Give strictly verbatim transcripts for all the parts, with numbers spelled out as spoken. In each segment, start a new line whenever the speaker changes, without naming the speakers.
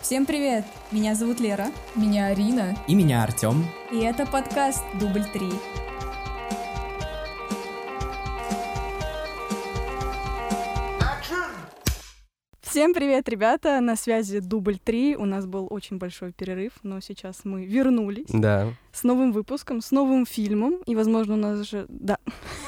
Всем привет! Меня зовут Лера.
Меня Арина.
И меня Артём.
И это подкаст «Дубль три».
Всем привет, ребята! На связи «Дубль три». У нас был очень большой перерыв, но сейчас мы вернулись.
Да.
С новым выпуском, с новым фильмом. И, возможно, у нас же... Да.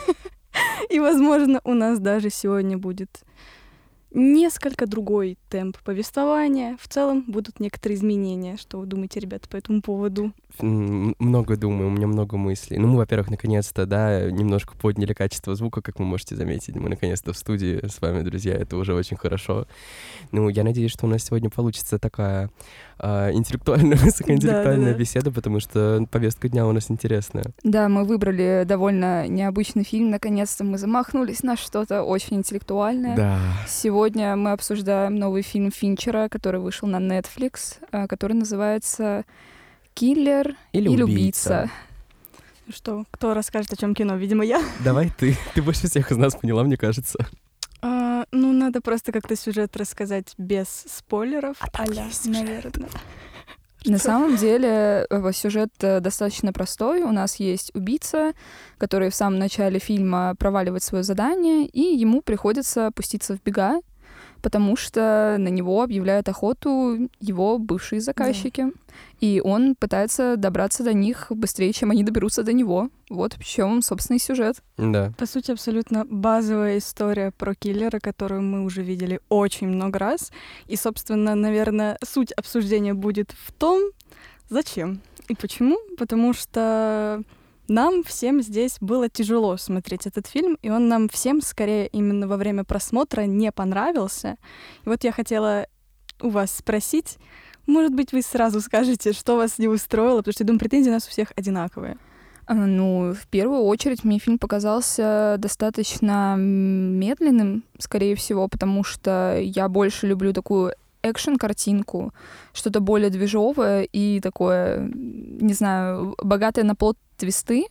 И, возможно, у нас даже сегодня будет несколько другой темп повествования. В целом будут некоторые изменения. Что вы думаете, ребята, по этому поводу?
Много думаю, у меня много мыслей. Ну, мы, во-первых, наконец-то, да, немножко подняли качество звука, как вы можете заметить. Мы, наконец-то, в студии с вами, друзья, это уже очень хорошо. Ну, я надеюсь, что у нас сегодня получится такая э, интеллектуальная, высокоинтеллектуальная да, да, да. беседа, потому что повестка дня у нас интересная.
Да, мы выбрали довольно необычный фильм. Наконец-то мы замахнулись на что-то очень интеллектуальное.
Да.
Сегодня мы обсуждаем новый фильм Финчера, который вышел на Netflix, который называется «Киллер или, или убийца». убийца.
Что, кто расскажет, о чем кино? Видимо, я.
Давай ты. Ты больше всех из нас поняла, мне кажется.
А, ну, надо просто как-то сюжет рассказать без спойлеров.
А
а-ля, наверное.
На самом деле сюжет достаточно простой. У нас есть убийца, который в самом начале фильма проваливает свое задание, и ему приходится пуститься в бега, потому что на него объявляют охоту его бывшие заказчики. Да. И он пытается добраться до них быстрее, чем они доберутся до него. Вот в чем, собственно, и сюжет.
Да.
По сути, абсолютно базовая история про киллера, которую мы уже видели очень много раз. И, собственно, наверное, суть обсуждения будет в том, зачем и почему. Потому что нам всем здесь было тяжело смотреть этот фильм, и он нам всем, скорее, именно во время просмотра не понравился. И вот я хотела у вас спросить, может быть, вы сразу скажете, что вас не устроило, потому что, я думаю, претензии у нас у всех одинаковые.
Ну, в первую очередь, мне фильм показался достаточно медленным, скорее всего, потому что я больше люблю такую экшн-картинку, что-то более движовое и такое, не знаю, богатое на плот твисты.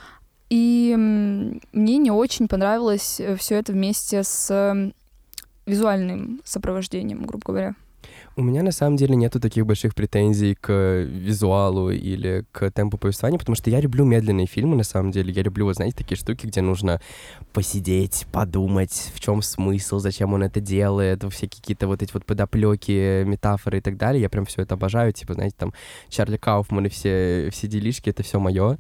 И мне не очень понравилось все это вместе с визуальным сопровождением, грубо говоря.
У меня, на самом деле, нету таких больших претензий к визуалу или к темпу повествования, потому что я люблю медленные фильмы, на самом деле. Я люблю, вот, знаете, такие штуки, где нужно посидеть, подумать, в чем смысл, зачем он это делает, всякие какие-то вот эти вот подоплеки, метафоры и так далее. Я прям все это обожаю. Типа, знаете, там, Чарли Кауфман и все, все делишки, это все мое.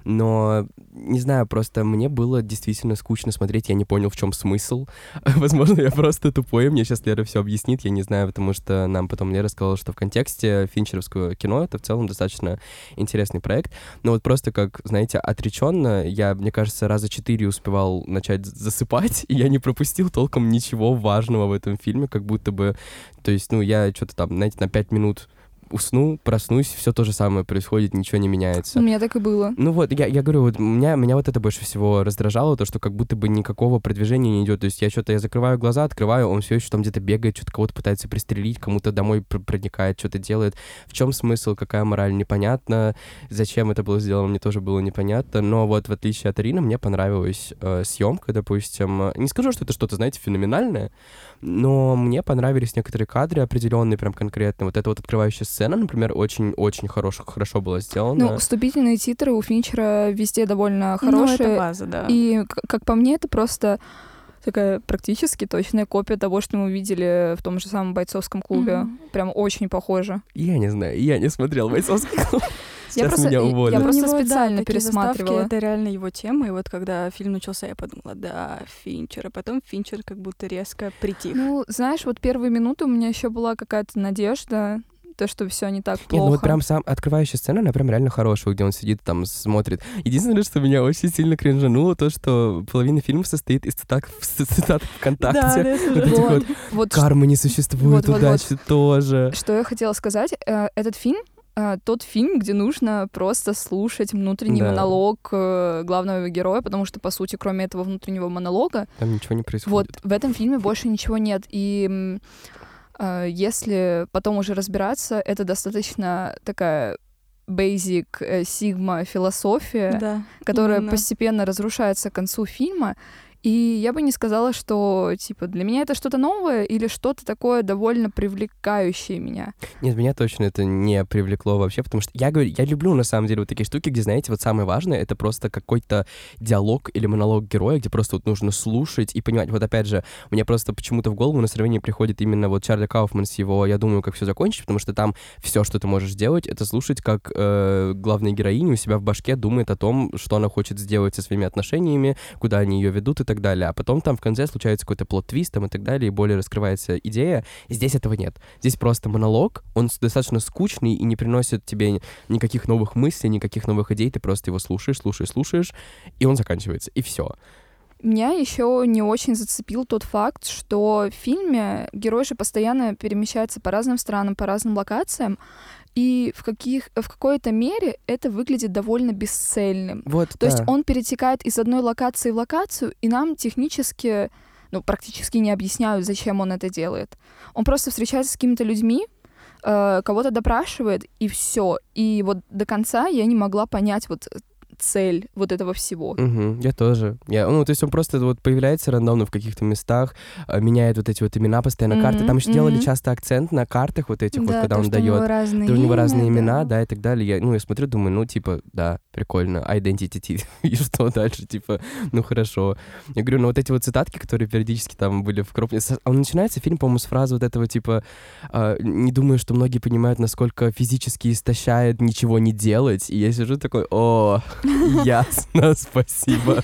Но, не знаю, просто мне было действительно скучно смотреть, я не понял, в чем смысл. Возможно, я просто тупой, мне сейчас Лера все объяснит, я не знаю, потому что нам потом Лера сказала, что в контексте финчеровского кино это в целом достаточно интересный проект. Но вот просто как, знаете, отреченно, я, мне кажется, раза четыре успевал начать засыпать, и я не пропустил толком ничего важного в этом фильме, как будто бы, то есть, ну, я что-то там, знаете, на пять минут усну, проснусь, все то же самое происходит, ничего не меняется.
У меня так и было.
Ну вот, я, я говорю, вот меня, меня вот это больше всего раздражало, то, что как будто бы никакого продвижения не идет. То есть я что-то, я закрываю глаза, открываю, он все еще там где-то бегает, что-то кого-то пытается пристрелить, кому-то домой пр- проникает, что-то делает. В чем смысл, какая мораль, непонятно. Зачем это было сделано, мне тоже было непонятно. Но вот в отличие от Арины, мне понравилась э, съемка, допустим. Не скажу, что это что-то, знаете, феноменальное, но мне понравились некоторые кадры определенные, прям конкретно. Вот эта вот открывающая сцена, например, очень-очень хорош, хорошо была сделана.
Ну, вступительные титры у Финчера везде довольно хорошие.
Ну, это база, да.
И, как по мне, это просто такая практически точная копия того, что мы видели в том же самом «Бойцовском клубе». Mm-hmm. Прям очень похоже.
Я не знаю, я не смотрел «Бойцовский клуб».
Я просто,
меня
я просто
него,
специально
да,
пересматривала.
Это реально его тема, и вот когда фильм начался, я подумала, да, Финчер, а потом Финчер как будто резко притих.
Ну, знаешь, вот первые минуты у меня еще была какая-то надежда, то, что все не так плохо.
Нет, ну вот прям сам открывающая сцена, она прям реально хорошая, где он сидит там, смотрит. Единственное, что меня очень сильно кринжануло, то, что половина фильма состоит из цитат, цитат ВКонтакте.
Да, да,
вот вот, вот, вот, Кармы не существует, вот, удачи вот, вот. тоже.
Что я хотела сказать, этот фильм, тот фильм, где нужно просто слушать внутренний да. монолог главного героя, потому что, по сути, кроме этого внутреннего монолога...
Там ничего не происходит.
Вот в этом фильме больше ничего нет. И э, если потом уже разбираться, это достаточно такая basic сигма философия,
да,
которая
именно.
постепенно разрушается к концу фильма. И я бы не сказала, что, типа, для меня это что-то новое или что-то такое довольно привлекающее меня.
Нет, меня точно это не привлекло вообще, потому что я говорю, я люблю на самом деле вот такие штуки, где, знаете, вот самое важное — это просто какой-то диалог или монолог героя, где просто вот нужно слушать и понимать. Вот опять же, мне просто почему-то в голову на сравнение приходит именно вот Чарли Кауфман с его «Я думаю, как все закончить», потому что там все, что ты можешь сделать, это слушать, как э, главная героиня у себя в башке думает о том, что она хочет сделать со своими отношениями, куда они ее ведут и так далее. А потом там в конце случается какой-то плот-твист там, и так далее, и более раскрывается идея. Здесь этого нет. Здесь просто монолог, он достаточно скучный и не приносит тебе никаких новых мыслей, никаких новых идей, ты просто его слушаешь, слушаешь, слушаешь, и он заканчивается, и все.
Меня еще не очень зацепил тот факт, что в фильме герой же постоянно перемещается по разным странам, по разным локациям, и в, каких, в какой-то мере это выглядит довольно бесцельным.
Вот,
То
да.
есть он перетекает из одной локации в локацию, и нам технически, ну, практически не объясняют, зачем он это делает. Он просто встречается с какими-то людьми, э, кого-то допрашивает, и все. И вот до конца я не могла понять вот цель вот этого всего.
Угу, я тоже. Я, ну, то есть он просто вот появляется рандомно в каких-то местах, а, меняет вот эти вот имена постоянно, mm-hmm, карты. Там еще mm-hmm. делали часто акцент на картах вот этих,
да,
вот, когда
то,
он дает.
У него разные,
у него разные
имя,
имена,
да.
да, и так далее. Я, ну, я смотрю, думаю, ну, типа, да, прикольно, identity, и что дальше, типа, ну, хорошо. Я говорю, ну, вот эти вот цитатки, которые периодически там были в крупной... Он начинается, фильм, по-моему, с фразы вот этого, типа, э, не думаю, что многие понимают, насколько физически истощает ничего не делать, и я сижу такой, о, ясно. Спасибо.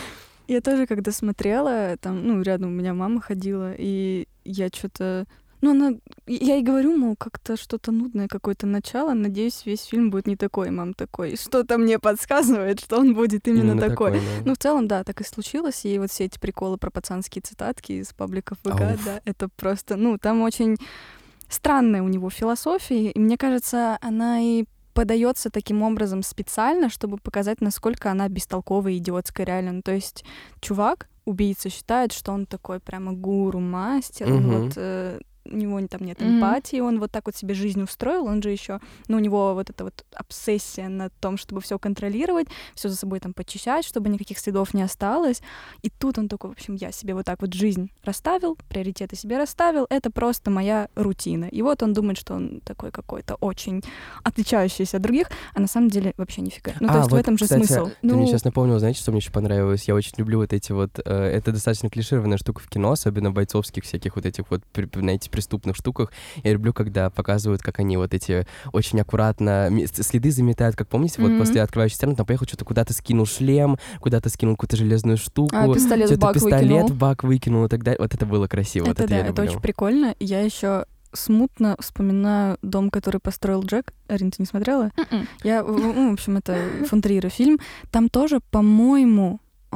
Я тоже, когда смотрела, там, ну, рядом у меня мама ходила, и я что-то... Ну, она... Я ей говорю, мол, как-то что-то нудное, какое-то начало, надеюсь, весь фильм будет не такой, мам, такой. Что-то мне подсказывает, что он будет именно, именно такой. такой да. Ну, в целом, да, так и случилось, и вот все эти приколы про пацанские цитатки из пабликов ВК, Ауф. Да, это просто... Ну, там очень странная у него философия, и мне кажется, она и подается таким образом специально, чтобы показать, насколько она бестолковая и идиотская реально. Ну, то есть чувак, убийца, считает, что он такой прямо гуру, мастер, mm-hmm. он вот... Э, у него там нет эмпатии, mm-hmm. он вот так вот себе жизнь устроил, он же еще, ну, у него вот эта вот обсессия на том, чтобы все контролировать, все за собой там почищать, чтобы никаких следов не осталось. И тут он такой, в общем, я себе вот так вот жизнь расставил, приоритеты себе расставил, это просто моя рутина. И вот он думает, что он такой какой-то очень отличающийся от других, а на самом деле вообще нифига. Ну, а, то есть вот, в этом же
кстати,
смысл.
Ты
ну...
мне сейчас напомнил, знаете, что мне еще понравилось? Я очень люблю вот эти вот, э, это достаточно клишированная штука в кино, особенно в бойцовских всяких вот этих вот, знаете, преступных штуках. Я люблю, когда показывают, как они вот эти очень аккуратно следы заметают, как помните, mm-hmm. вот после открывающей сцены там поехал, что-то куда-то скинул шлем, куда-то скинул какую-то железную штуку,
а, пистолет в бак
пистолет
выкинул.
в бак выкинул и так далее. Вот это было красиво.
Это
вот
да,
это, я
это
люблю.
очень прикольно. Я еще смутно вспоминаю «Дом, который построил Джек». Арин, ты не смотрела?
Mm-mm.
Я, ну, в общем, это фон Триера фильм. Там тоже, по-моему,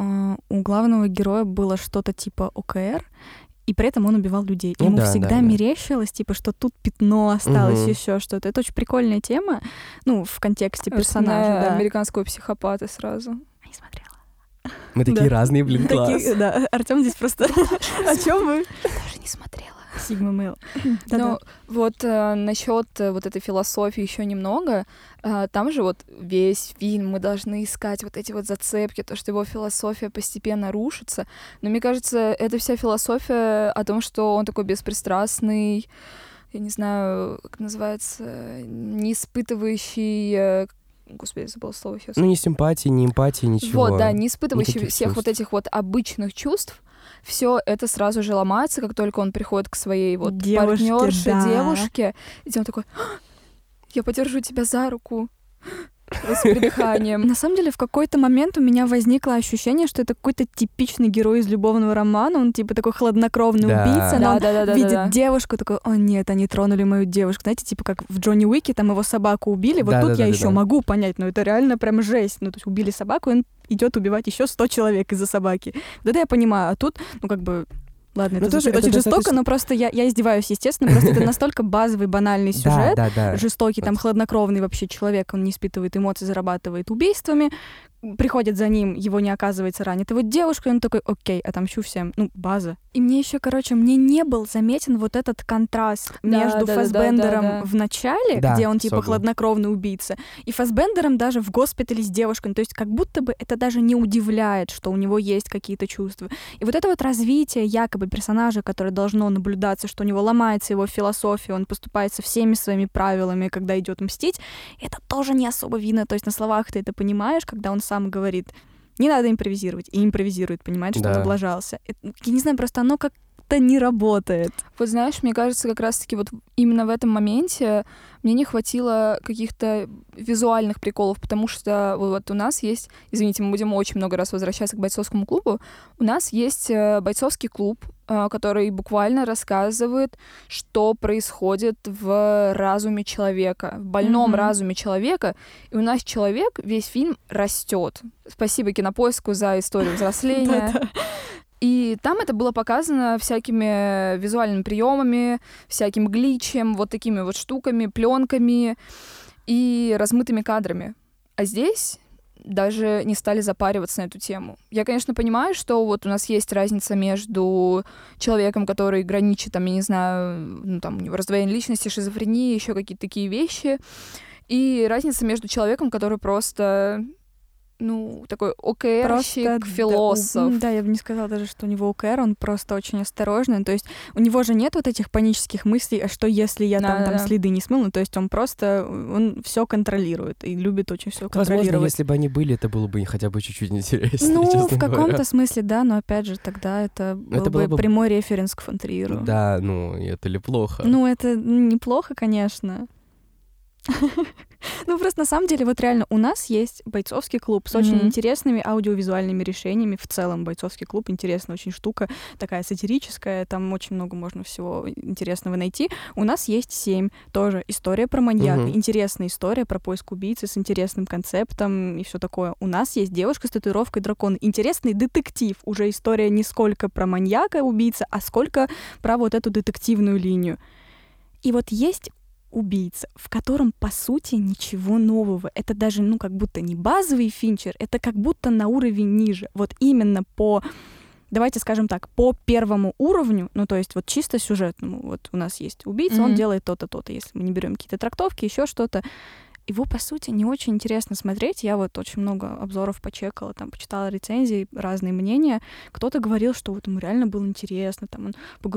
у главного героя было что-то типа ОКР, и при этом он убивал людей.
Ну,
Ему
да,
всегда
да,
мерещилось, типа, что тут пятно осталось,
угу.
еще что-то. Это очень прикольная тема, ну, в контексте персонажа.
Да,
да.
американского психопата сразу.
Не смотрела.
Мы такие
да.
разные, блин, класс.
Такие, да, Артём здесь просто... О чем вы?
Даже не смотрела.
Сигма Мейл.
Ну, вот э, насчет э, вот этой философии еще немного. Э, там же вот весь фильм мы должны искать вот эти вот зацепки, то, что его философия постепенно рушится. Но мне кажется, это вся философия о том, что он такой беспристрастный, я не знаю, как называется, не испытывающий... Э, Господи, забыла слово сейчас.
Ну, ни симпатии, ни эмпатии, ничего.
Вот, да, не испытывающий
Никаких
всех
чувств.
вот этих вот обычных чувств. Все это сразу же ломается, как только он приходит к своей вот
девушке,
партнерше,
да.
девушке, и он такой: я подержу тебя за руку с придыханием.
На самом деле, в какой-то момент у меня возникло ощущение, что это какой-то типичный герой из любовного романа. Он типа такой хладнокровный
да.
убийца, но
Да,
он
да, да, да,
видит
да.
девушку, такой: о нет, они тронули мою девушку. Знаете, типа как в Джонни Уике, там его собаку убили. Вот
Да,
тут
да,
я
да,
еще
да.
могу понять, но это реально прям жесть. Ну, то есть убили собаку, и он идет убивать еще сто человек из-за собаки. Вот это я понимаю. А тут, ну, как бы... Ладно,
Ну,
это
тоже
звучит очень
это
жестоко,
достаточно-
но просто я, я издеваюсь, естественно, просто это настолько базовый, банальный сюжет,
Да, да, да.
жестокий, там,
Вот.
хладнокровный вообще человек, он не испытывает эмоций, зарабатывает убийствами. приходят за ним, его не оказывается ранит. И вот девушка, он такой, окей, отомщу всем. Ну, база. И мне еще, короче, мне не был заметен вот этот контраст
Да,
между
да, да,
Фассбендером
да, да.
в начале,
Да,
где он типа
согласен.
хладнокровный убийца, и Фассбендером даже в госпитале с девушкой. То есть как будто бы это даже не удивляет, что у него есть какие-то чувства. И вот это вот развитие якобы персонажа, которое должно наблюдаться, что у него ломается его философия, он поступает со всеми своими правилами, когда идет мстить, это тоже не особо видно. То есть на словах ты это понимаешь, когда он сам говорит, не надо импровизировать, и импровизирует, понимает, что
Да.
он облажался. Это, я не знаю, просто оно как-то не работает.
Вот знаешь, мне кажется, как раз-таки вот именно в этом моменте мне не хватило каких-то визуальных приколов, потому что вот у нас есть, извините, мы будем очень много раз возвращаться к бойцовскому клубу, у нас есть э, бойцовский клуб, э, который буквально рассказывает, что происходит в разуме человека, в больном
Мгм.
разуме человека, и у нас человек весь фильм растет. Спасибо Кинопоиску за историю взросления. И там это было показано всякими визуальными приемами, всяким гличем, вот такими вот штуками, пленками и размытыми кадрами. А здесь даже не стали запариваться на эту тему. Я, конечно, понимаю, что вот у нас есть разница между человеком, который граничит, там, я не знаю, ну, там, у него раздвоение личности, шизофрения, еще какие-то такие вещи, и разница между человеком, который просто... ну, такой ОКРщик,
да,
философ.
у- Да, я бы не сказала даже, что у него ОКР, он просто очень осторожный. То есть у него же нет вот этих панических мыслей, а что если я там,
Да-да-да.
там следы не смыл? Ну, то есть он просто, он все контролирует и любит очень все
Возможно,
контролировать.
если бы они были, это было бы хотя бы чуть-чуть интереснее,
Ну,
честно
в каком-то
говоря.
смысле, да, но опять же, тогда это был
Это
бы
было бы-
прямой референс к фон Триеру.
Да, ну, и это ли плохо?
Ну, это неплохо, конечно. Ну, просто на самом деле, вот реально, у нас есть бойцовский клуб с очень
Мгм.
интересными аудиовизуальными решениями. В целом, бойцовский клуб — интересная очень штука, такая сатирическая, там очень много можно всего интересного найти. У нас есть семь, тоже история про маньяка,
Мгм.
интересная история про поиск убийцы с интересным концептом и все такое. У нас есть девушка с татуировкой дракона, интересный детектив, уже история не сколько про маньяка-убийца, а сколько про вот эту детективную линию. И вот есть убийца, в котором, по сути, ничего нового. Это даже, ну, как будто не базовый Финчер, это как будто на уровень ниже. Вот именно по, давайте скажем так, по первому уровню, ну, то есть вот чисто сюжетному. Вот у нас есть убийца, он
Мгм.
делает то-то, то-то. Если мы не берем какие-то трактовки, еще что-то. Его, по сути, не очень интересно смотреть. Я вот очень много обзоров почекала, там, почитала рецензии, разные мнения. Кто-то говорил, что вот ему реально было интересно, там, он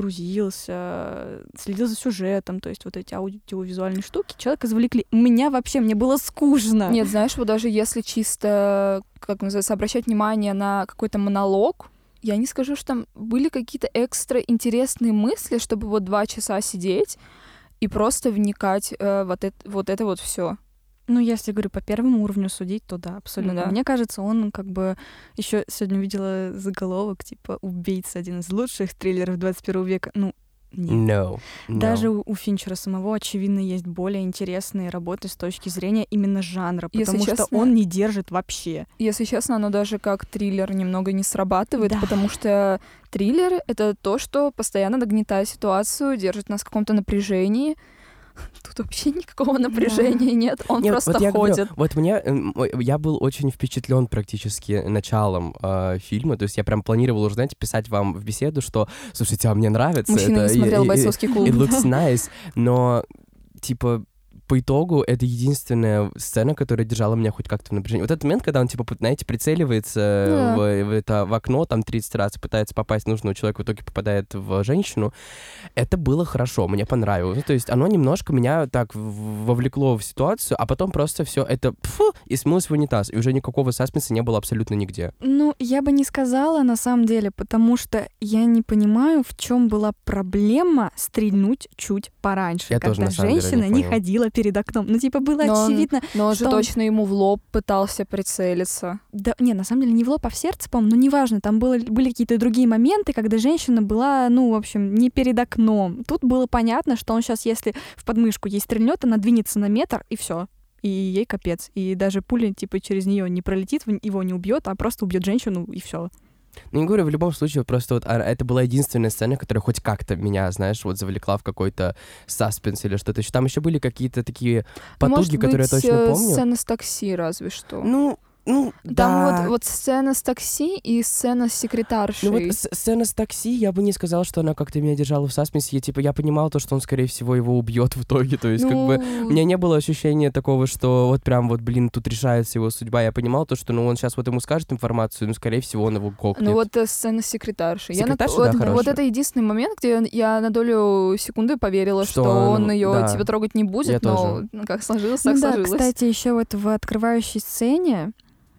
погрузился, следил за сюжетом, то есть вот эти аудиовизуальные штуки. Человека завлекли. Меня вообще, мне было скучно.
Нет, знаешь, вот даже если чисто, как называется, обращать внимание на какой-то монолог, я не скажу, что там были какие-то экстра интересные мысли, чтобы вот два часа сидеть и просто вникать э, вот, это, вот это вот все.
Ну, если, говорю, по первому уровню судить, то да, абсолютно.
Ну да.
Мне кажется, он как бы... Еще сегодня видела заголовок, типа, «Убийца» — один из лучших триллеров двадцать первого века. Ну, нет.
No, no.
Даже у, у Финчера самого, очевидно, есть более интересные работы с точки зрения именно жанра,
Если
потому что
честно-
он не держит вообще.
Если честно, оно даже как триллер немного не срабатывает,
Да.
потому что триллер — это то, что постоянно нагнетает ситуацию, держит нас в каком-то напряжении. Тут вообще никакого напряжения нет, он
Нет,
просто
вот я говорю,
ходит.
вот мне, эм, ой, я был очень впечатлен практически началом э, фильма, то есть я прям планировал уже, знаете, писать вам в беседу, что, слушайте, а мне нравится
Мужчина
это,
не смотрел
и- и-
«Бойцовский клуб».
It looks nice, но, типа, по итогу это единственная сцена, которая держала меня хоть как-то в напряжении. Вот этот момент, когда он, типа, пот- знаете, прицеливается
Да.
в, в это, в окно, там тридцать раз пытается попасть в нужного человека, в итоге попадает в женщину, это было хорошо, мне понравилось. Ну, то есть оно немножко меня так в- вовлекло в ситуацию, а потом просто все это пфу, и смылось в унитаз, и уже никакого саспенса не было абсолютно нигде.
Ну, я бы не сказала на самом деле, потому что я не понимаю, в чем была проблема стрельнуть чуть пораньше,
Я тоже,
когда
на самом деле,
женщина
не
не
понял.
ходила перед окном. Ну, типа, было
Но он-
очевидно.
Но он же
что он-
точно ему в лоб пытался прицелиться.
Да, не, на самом деле не в лоб, а в сердце, по-моему, но неважно, там было, были какие-то другие моменты, когда женщина была, ну, в общем, не перед окном. Тут было понятно, что он сейчас, если в подмышку ей стрельнет, она двинется на метр, и все. И ей капец. И даже пуля, типа, через нее не пролетит, его не убьет, а просто убьет женщину, и все.
Ну, не говорю, в любом случае, просто вот а, это была единственная сцена, которая хоть как-то меня, знаешь, вот завлекла в какой-то саспенс или что-то еще. Там еще были какие-то такие
Ну,
потуги,
может
которые
быть,
я точно
э,
помню.
сцена с такси разве что.
Ну, Ну,
Там
да.
вот, вот сцена с такси и сцена с секретаршей.
Ну вот с- сцена с такси, я бы не сказал, что она как-то меня держала в саспенсе. Я, типа, я понимал то, что он, скорее всего, его убьет в итоге. То есть, как
Ну,
бы, у меня не было ощущения такого, что вот прям вот, блин, тут решается его судьба. Я понимал то, что, ну, он сейчас вот ему скажет информацию, ну, скорее всего, он его кокнет.
Ну вот э, сцена с секретаршей. Я на-
Секретарша,
вот,
да,
вот
хорошая.
это единственный момент, где я на долю секунды поверила,
Что
что,
он-
он ее
да.
типа трогать не будет,
Я
но
тоже.
ну, как сложилось, так
Ну да,
сложилось.
кстати, еще вот в открывающей сцене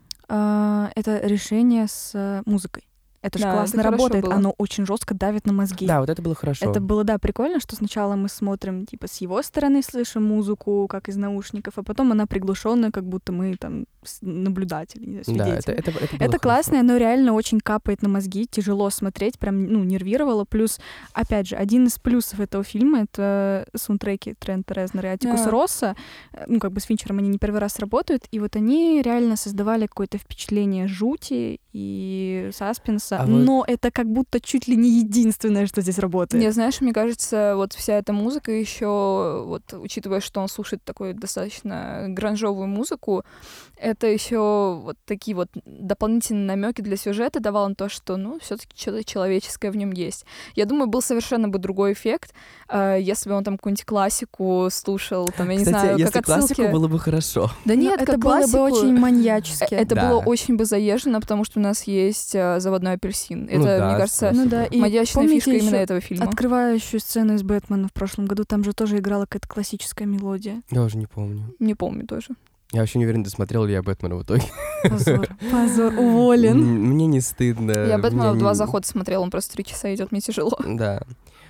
а, это решение с а, музыкой. Это же
Да,
классно
это хорошо
работает,
было.
оно очень жестко давит на мозги.
Да, вот это было хорошо.
Это было, да, прикольно, что сначала мы смотрим, типа, с его стороны слышим музыку, как из наушников, а потом она приглушенная, как будто мы там с- наблюдатели, не знаю,
Да,
свидетели.
это, это, это, было
Это
хорошо.
классно, и оно реально очень капает на мозги, тяжело смотреть, прям, ну, нервировало. Плюс, опять же, один из плюсов этого фильма — это саундтреки Трента Резнора и Атикуса
Да.
Росса. Ну, как бы с Финчером они не первый раз работают, и вот они реально создавали какое-то впечатление жути и саспенса,
А вот-
но это как будто чуть ли не единственное, что здесь работает.
Не, знаешь, мне кажется, вот вся эта музыка еще, вот учитывая, что он слушает такую достаточно гранжовую музыку, это еще вот такие вот дополнительные намеки для сюжета давал на то, что, ну, все-таки что-то человеческое в нем есть. Я думаю, был совершенно бы другой эффект, э, если бы он там какую-нибудь классику слушал, там, я не
Кстати,
знаю,
если
как отсылки.
классику, было бы хорошо.
Да
Но
нет,
это
как
было бы
классику-
очень маньячески.
Э, Это
Да.
было очень бы заезжено, потому что у нас есть э, заводной апельсин. Это,
Ну да,
мне кажется,
спасибо.
Ну да, и
маньячная
помните
фишка именно
ещё
этого фильма.
открывающую сцену из Бэтмена в прошлом году, там же тоже играла какая-то классическая мелодия.
Я уже не помню.
Не помню тоже.
Я вообще не уверен, досмотрел ли я Бэтмена в итоге.
Позор, позор, уволен.
М, Мне не стыдно.
Я Бэтмена
мне
в два
не-
захода смотрела, он просто три часа идет, мне тяжело.
Да.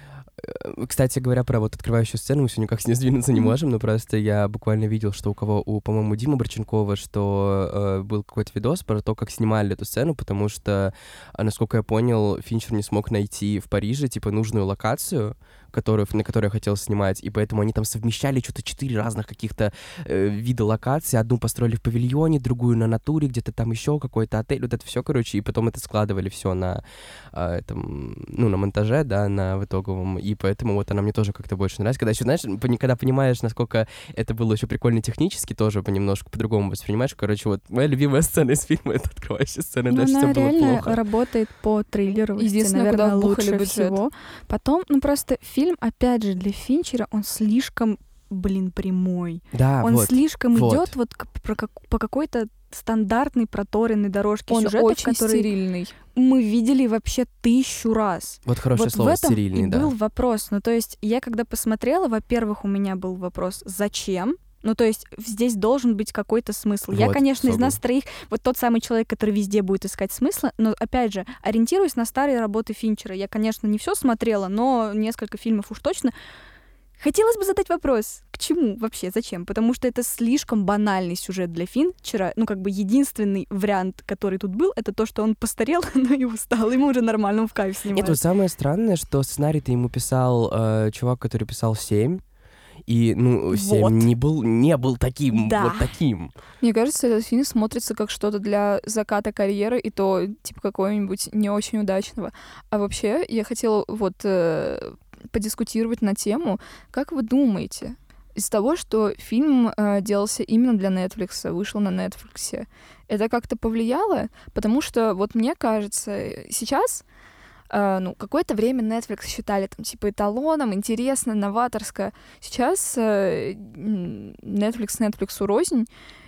Э, Кстати говоря, про вот открывающую сцену, мы все никак с ней сдвинуться не
Мгм.
можем, но просто я буквально видел, что у кого, у, по-моему, Димы Борченкова, что э, был какой-то видос про то, как снимали эту сцену, потому что, а, насколько я понял, Финчер не смог найти в Париже, типа, нужную локацию, которую, на которой я хотел снимать, и поэтому они там совмещали что-то четыре разных каких-то э, вида локаций. Одну построили в павильоне, другую на натуре, где-то там еще какой-то отель, вот это все, короче, и потом это складывали все на а, этом, ну, на монтаже, да, на в итоговом, и поэтому вот она мне тоже как-то больше нравится. Когда еще, знаешь, пони- когда понимаешь, насколько это было еще прикольно технически, тоже понемножку по-другому воспринимаешь. Короче, вот моя любимая сцена из фильма — это открывающая сцена,
Но
дальше
она
все было
реально
плохо.
работает по триллеровости,
Единственное, куда
наверное,
вбухали
лучше
бюджет.
всего. Потом, ну просто фильм, опять же, для Финчера, он слишком, блин, прямой.
Да,
он
вот.
слишком
вот.
идет вот к- про как- по какой-то стандартной проторенной дорожке
Он
сюжета,
очень
который
стерильный.
мы видели вообще тысячу раз.
Вот хорошее
вот
слово,
в этом
стерильный,
и
да.
был вопрос. Ну, то есть я когда посмотрела, во-первых, у меня был вопрос, зачем? Ну, то есть здесь должен быть какой-то смысл. Я,
Вот,
конечно, из
согласен.
нас троих вот тот самый человек, который везде будет искать смысла, но, опять же, ориентируясь на старые работы Финчера. Я, конечно, не все смотрела, но несколько фильмов уж точно. Хотелось бы задать вопрос, к чему вообще, зачем? Потому что это слишком банальный сюжет для Финчера. Ну, как бы единственный вариант, который тут был, это то, что он постарел, но и устал. Ему уже нормально, он в кайф снимает.
Нет, вот самое странное, что сценарий-то ему писал э, чувак, который писал «Семь», и, ну, «Семь»
Вот.
не был, не был таким,
Да.
вот таким.
Мне кажется, этот фильм смотрится как что-то для заката карьеры, и то, типа, какого-нибудь не очень удачного. А вообще, я хотела вот э, подискутировать на тему, как вы думаете, из того, что фильм э, делался именно для Netflix, вышел на Netflix, это как-то повлияло? Потому что, вот мне кажется, сейчас Uh, ну, какое-то время Netflix считали там, типа, эталоном, интересно, новаторско. Сейчас uh, Netflix Netflix рознь,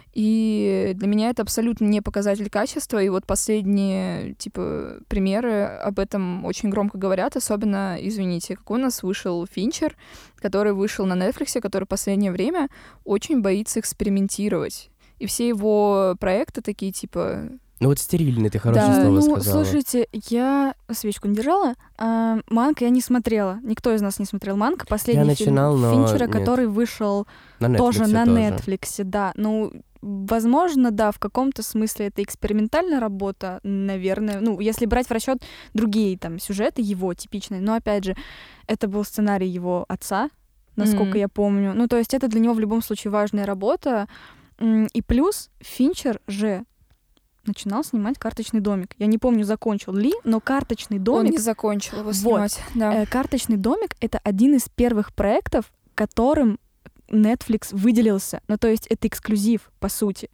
и для меня это абсолютно не показатель качества, и вот последние, типа, примеры об этом очень громко говорят, особенно, извините, какой у нас вышел Финчер, который вышел на Netflix, который в последнее время очень боится экспериментировать. И все его проекты такие, типа...
Ну вот стерильный, ты хорошее
Да.
слово
ну,
сказала.
слушайте, я свечку не держала. А, Манк я не смотрела. Никто из нас не смотрел Манк. Последний
Я начинал,
фильм
но
Финчера,
нет.
который вышел
На Netflix
тоже на
тоже.
Netflix, да. Ну, возможно, да, в каком-то смысле это экспериментальная работа, наверное. Ну, если брать в расчет другие там сюжеты его типичные. Но опять же, это был сценарий его отца, насколько
Мгм.
я помню. Ну, то есть это для него в любом случае важная работа. М, И плюс Финчер же начинал снимать «Карточный домик». Я не помню, закончил ли, но «Карточный
Он
домик»,
не закончил его
Вот.
снимать. Да.
э, «Карточный домик» — это один из первых проектов, которым Netflix выделился. Ну, то есть это эксклюзив, по сути.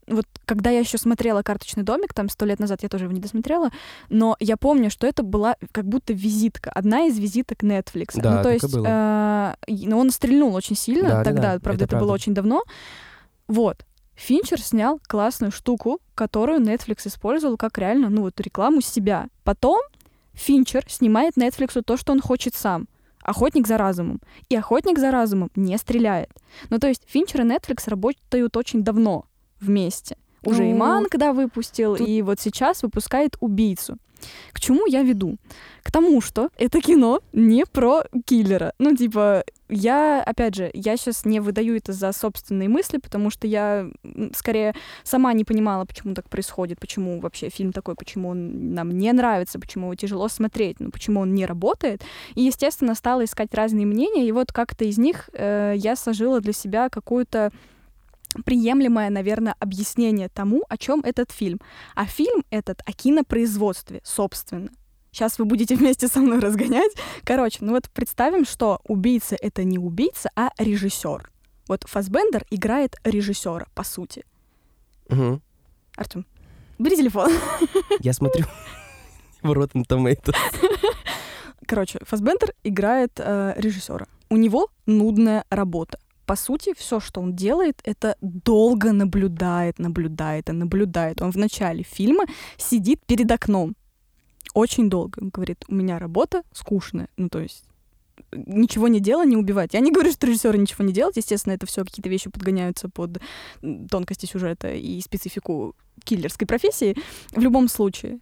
вот когда я еще смотрела «Карточный домик», там сто лет назад я тоже его не досмотрела, но я помню, что это была как будто визитка, одна из визиток Netflix.
Да,
ну, то
так и
есть,
было.
э, но он стрельнул очень сильно
Да, да,
тогда,
да,
правда,
это
это, было
правда.
очень давно. Вот. Финчер снял классную штуку, которую Netflix использовал как реально, ну вот, рекламу себя. Потом Финчер снимает Netflix то, что он хочет сам. «Охотник за разумом». И «Охотник за разумом» не стреляет. Ну, то есть Финчер и Netflix работают очень давно вместе. Уже
Ну,
и «Ман», когда выпустил,
тут-
и вот сейчас выпускает «Убийцу». К чему я веду? К тому, что это кино не про киллера. Ну, типа, я, опять же, я сейчас не выдаю это за собственные мысли, потому что я, м, скорее, сама не понимала, почему так происходит, почему вообще фильм такой, почему он нам не нравится, почему его тяжело смотреть, ну, почему он не работает. И, естественно, стала искать разные мнения, и вот как-то из них э, я сложила для себя какую-то приемлемое, наверное, объяснение тому, о чем этот фильм. А фильм этот о кинопроизводстве, собственно. Сейчас вы будете вместе со мной разгонять. Короче, ну вот представим, что убийца — это не убийца, а режиссер. Вот Фассбендер играет режиссера, по сути.
Мгм.
Артем, бери телефон.
Я смотрю в Rotten Tomatoes.
Короче, Фассбендер играет э, режиссера. У него нудная работа. По сути, все, что он делает, это долго наблюдает, наблюдает и наблюдает. Он в начале фильма сидит перед окном. Очень долго. Он говорит, у меня работа скучная. Ну, то есть ничего не делать, не убивать. Я не говорю, что режиссеры ничего не делают. Естественно, это все какие-то вещи подгоняются под тонкости сюжета и специфику киллерской профессии. В любом случае,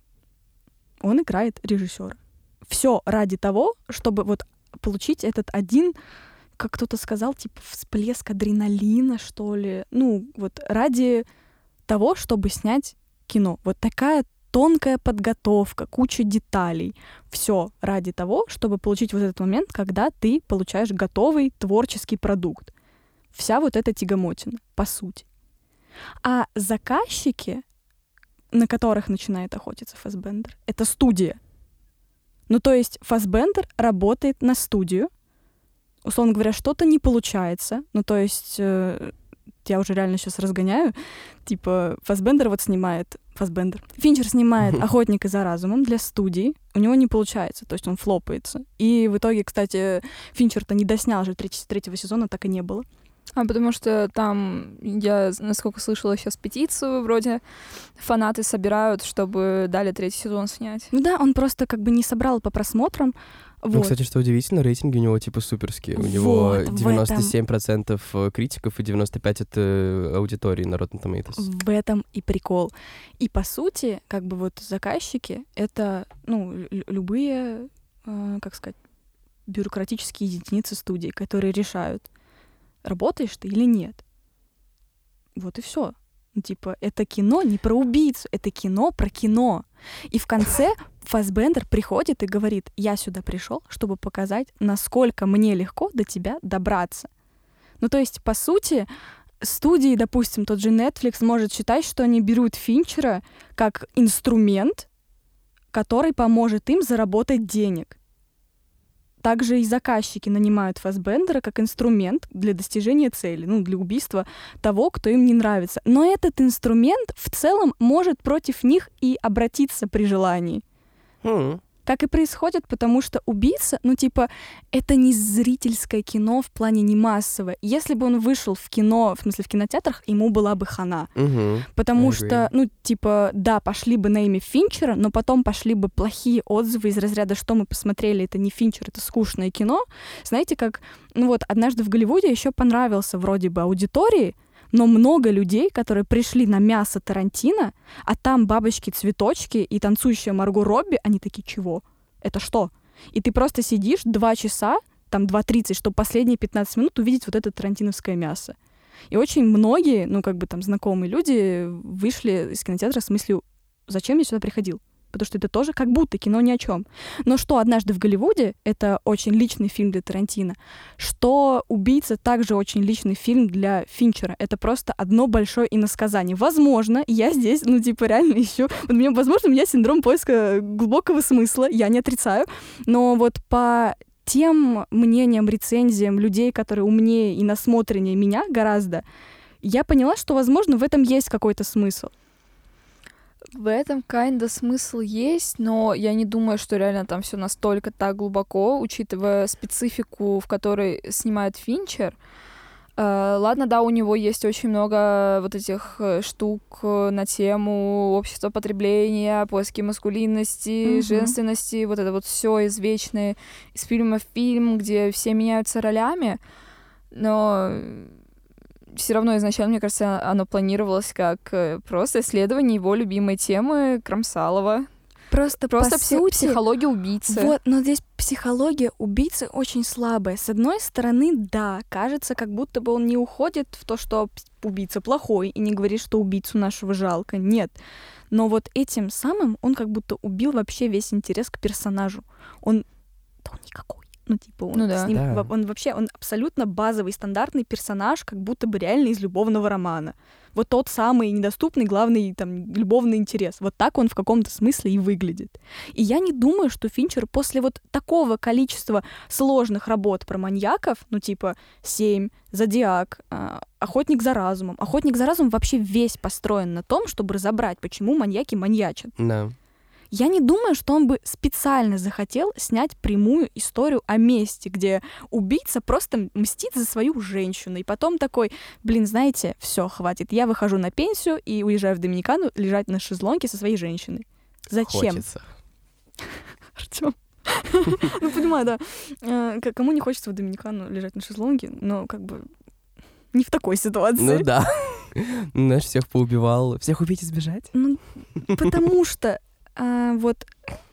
он играет режиссера. Все ради того, чтобы вот получить этот один, как кто-то сказал, типа всплеск адреналина, что ли. Ну, вот ради того, чтобы снять кино. Вот такая тонкая подготовка, куча деталей. Все ради того, чтобы получить вот этот момент, когда ты получаешь готовый творческий продукт. Вся вот эта тягомотина, по сути. А заказчики, на которых начинает охотиться Фассбендер, это студия. Ну, то есть Фассбендер работает на студию, условно говоря, что-то не получается. Ну, то есть э, я уже реально сейчас разгоняю. Типа Фассбендер вот снимает... Фассбендер. Финчер снимает «Охотника за разумом» для студии. У него не получается, то есть он флопается. И в итоге, кстати, Финчер-то не доснял же треть- третьего сезона, так и не было.
А потому что там, я, насколько слышала, сейчас петицию вроде фанаты собирают, чтобы дали третий сезон снять.
Ну да, он просто как бы не собрал по просмотрам.
Ну,
Вот.
кстати, что удивительно, рейтинги у него типа суперские. У него
Вот, в
девяносто семь процентов критиков и девяносто пять процентов это аудитории на Rotten Tomatoes.
В этом и прикол. И по сути, как бы вот заказчики — это, ну, лю- любые, э, как сказать, бюрократические единицы студии, которые решают, работаешь ты или нет. Вот и все. Ну, типа, это кино не про убийцу, это кино про кино. И в конце Фассбендер приходит и говорит, я сюда пришел, чтобы показать, насколько мне легко до тебя добраться. Ну, то есть, по сути, студии, допустим, тот же Netflix может считать, что они берут Финчера как инструмент, который поможет им заработать денег. Также и заказчики нанимают Фассбендера как инструмент для достижения цели, ну, для убийства того, кто им не нравится. Но этот инструмент в целом может против них и обратиться при желании.
Хм.
Так и происходит, потому что убийца, ну, типа, это не зрительское кино в плане не массовое. Если бы он вышел в кино, в смысле в кинотеатрах, ему была бы хана.
Мгм.
Потому
I agree.
что, ну, типа, да, пошли бы на имя Финчера, но потом пошли бы плохие отзывы из разряда, что мы посмотрели, это не Финчер, это скучное кино. Знаете, как, ну вот, однажды в Голливуде еще понравился вроде бы аудитории, но много людей, которые пришли на мясо Тарантино, а там бабочки-цветочки и танцующая Марго Робби, они такие, чего? Это что? И ты просто сидишь два часа, там два тридцать, чтобы последние пятнадцать минут увидеть вот это тарантиновское мясо. И очень многие, ну, как бы там знакомые люди вышли из кинотеатра с мыслью, зачем я сюда приходил? Потому что это тоже как будто кино ни о чем. Но что «Однажды в Голливуде» — это очень личный фильм для Тарантино, что «Убийца» также очень личный фильм для Финчера. Это просто одно большое иносказание. Возможно, я здесь, ну, типа, реально ищу... Вот у меня, возможно, у меня синдром поиска глубокого смысла, я не отрицаю, но вот по тем мнениям, рецензиям людей, которые умнее и насмотреннее меня гораздо, я поняла, что, возможно, в этом есть какой-то смысл.
В этом kinda смысл есть, но я не думаю, что реально там все настолько так глубоко, учитывая специфику, в которой снимает Финчер. Uh, ладно, да, у него есть очень много вот этих штук на тему общества потребления, поиски маскулинности,
Mm-hmm.
женственности, вот это вот все извечное из фильма в фильм, где все меняются ролями, но все равно изначально, мне кажется, оно планировалось как просто исследование его любимой темы Кромсалова.
Просто,
Просто
по
пси-
сути,
психология убийцы.
Вот, но здесь психология убийцы очень слабая. С одной стороны, да, кажется, как будто бы он не уходит в то, что убийца плохой, и не говорит, что убийцу нашего жалко. Нет. Но вот этим самым он как будто убил вообще весь интерес к персонажу. Он... Да он никакой. Ну, типа, он,
Ну да.
с ним,
Да.
он вообще, он абсолютно базовый, стандартный персонаж, как будто бы реально из любовного романа. Вот тот самый недоступный главный там любовный интерес. Вот так он в каком-то смысле и выглядит. И я не думаю, что Финчер после вот такого количества сложных работ про маньяков, ну, типа «Семь», «Зодиак», э, «Охотник за разумом». «Охотник за разумом» вообще весь построен на том, чтобы разобрать, почему маньяки маньячат.
Да.
Я не думаю, что он бы специально захотел снять прямую историю о мести, где убийца просто мстит за свою женщину, и потом такой, блин, знаете, все, хватит, я выхожу на пенсию и уезжаю в Доминикану лежать на шезлонге со своей женщиной. Зачем?
Хочется.
Артём. Ну, понимаю, да. Э, к- Кому не хочется в Доминикану лежать на шезлонге, но как бы не в такой ситуации.
Ну да. Наш всех поубивал. Всех убить и сбежать?
Ну, потому что а, вот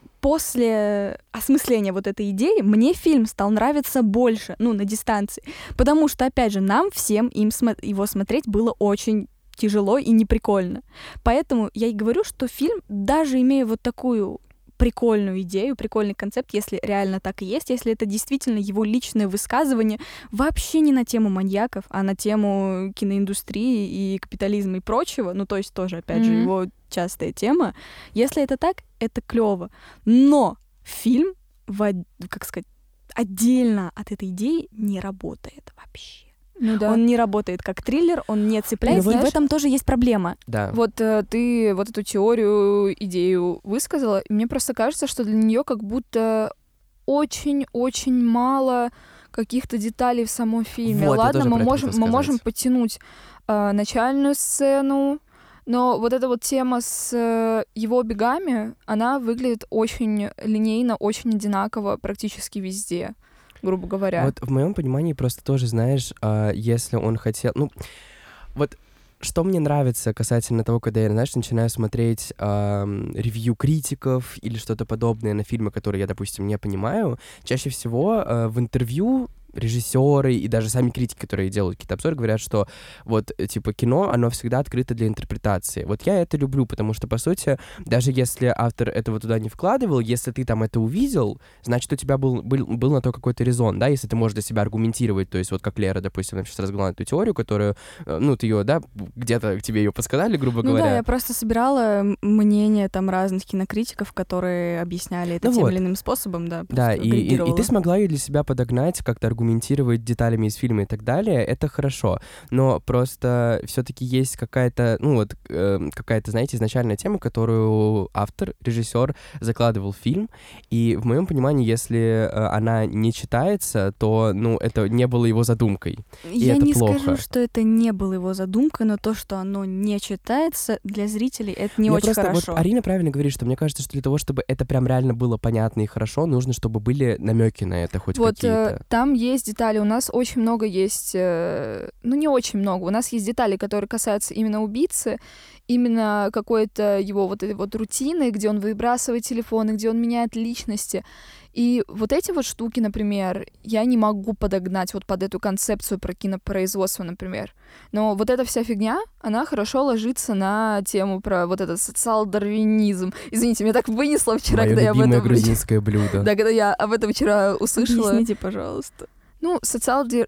после осмысления вот этой идеи мне фильм стал нравиться больше, ну, на дистанции. Потому что, опять же, нам всем им смо- его смотреть было очень тяжело и неприкольно. Поэтому я и говорю, что фильм, даже имея вот такую прикольную идею, прикольный концепт, если реально так и есть, если это действительно его личное высказывание вообще не на тему маньяков, а на тему киноиндустрии и капитализма и прочего, ну то есть тоже, опять же,
Мгм.
его частая тема. Если это так, это клево. Но фильм, в, од- как сказать, отдельно от этой идеи не работает вообще.
Ну да.
Он не работает как триллер, он не цепляется,
Ну,
и в
знаешь-
этом тоже есть проблема.
Да.
Вот э, ты вот эту теорию, идею высказала, и мне просто кажется, что для нее как будто очень-очень мало каких-то деталей в самом фильме.
Вот, я
Ладно,
тоже
мы
про это
можем,
хотел
мы можем
сказать.
подтянуть э, начальную сцену, но вот эта вот тема с э, его бегами, она выглядит очень линейно, очень одинаково практически везде, грубо говоря.
Вот в моем понимании просто тоже, знаешь, а, если он хотел... Ну, вот что мне нравится касательно того, когда я, знаешь, начинаю смотреть ам, ревью критиков или что-то подобное на фильмы, которые я, допустим, не понимаю, чаще всего а, в интервью режиссеры и даже сами критики, которые делают какие-то обзоры, говорят, что вот, э, типа, кино, оно всегда открыто для интерпретации. Вот я это люблю, потому что, по сути, даже если автор этого туда не вкладывал, если ты там это увидел, значит, у тебя был, был, был на то какой-то резон, да, если ты можешь для себя аргументировать, то есть вот как Лера, допустим, нам сейчас разгнала эту теорию, которую, э, ну, ты ее, да, где-то тебе ее подсказали, грубо
Ну
говоря.
да, я просто собирала м- мнения там разных кинокритиков, которые объясняли это
Ну
тем
вот.
или иным способом, да.
Да,
просто
и, и, и
агрегировала.
ты смогла ее для себя подогнать, как-то аргументировать деталями из фильма и так далее, это хорошо. Но просто все-таки есть какая-то, ну вот, э, какая-то, знаете, изначальная тема, которую автор, режиссер закладывал в фильм. И в моем понимании, если э, она не читается, то, ну, это не было его задумкой. И
Я
это
не
плохо.
скажу, что это не было его задумкой, но то, что оно не читается, для зрителей это не
Мне
очень
просто,
хорошо.
Вот Арина правильно говорит, что мне кажется, что для того, чтобы это прям реально было понятно и хорошо, нужно, чтобы были намеки на это хоть
Вот
какие-то.
э, там есть детали, у нас очень много есть, э, ну не очень много, у нас есть детали, которые касаются именно убийцы, именно какой-то его вот этой вот рутины, где он выбрасывает телефоны, где он меняет личности. И вот эти вот штуки, например, я не могу подогнать вот под эту концепцию про кинопроизводство, например. Но вот эта вся фигня, она хорошо ложится на тему про вот этот социал-дарвинизм. Извините, меня так вынесло вчера,
Моё
когда я об
любимое
этом...
грузинское блюдо.
Да, когда я об этом вчера услышала.
Объясните, пожалуйста.
Ну, социал-дир-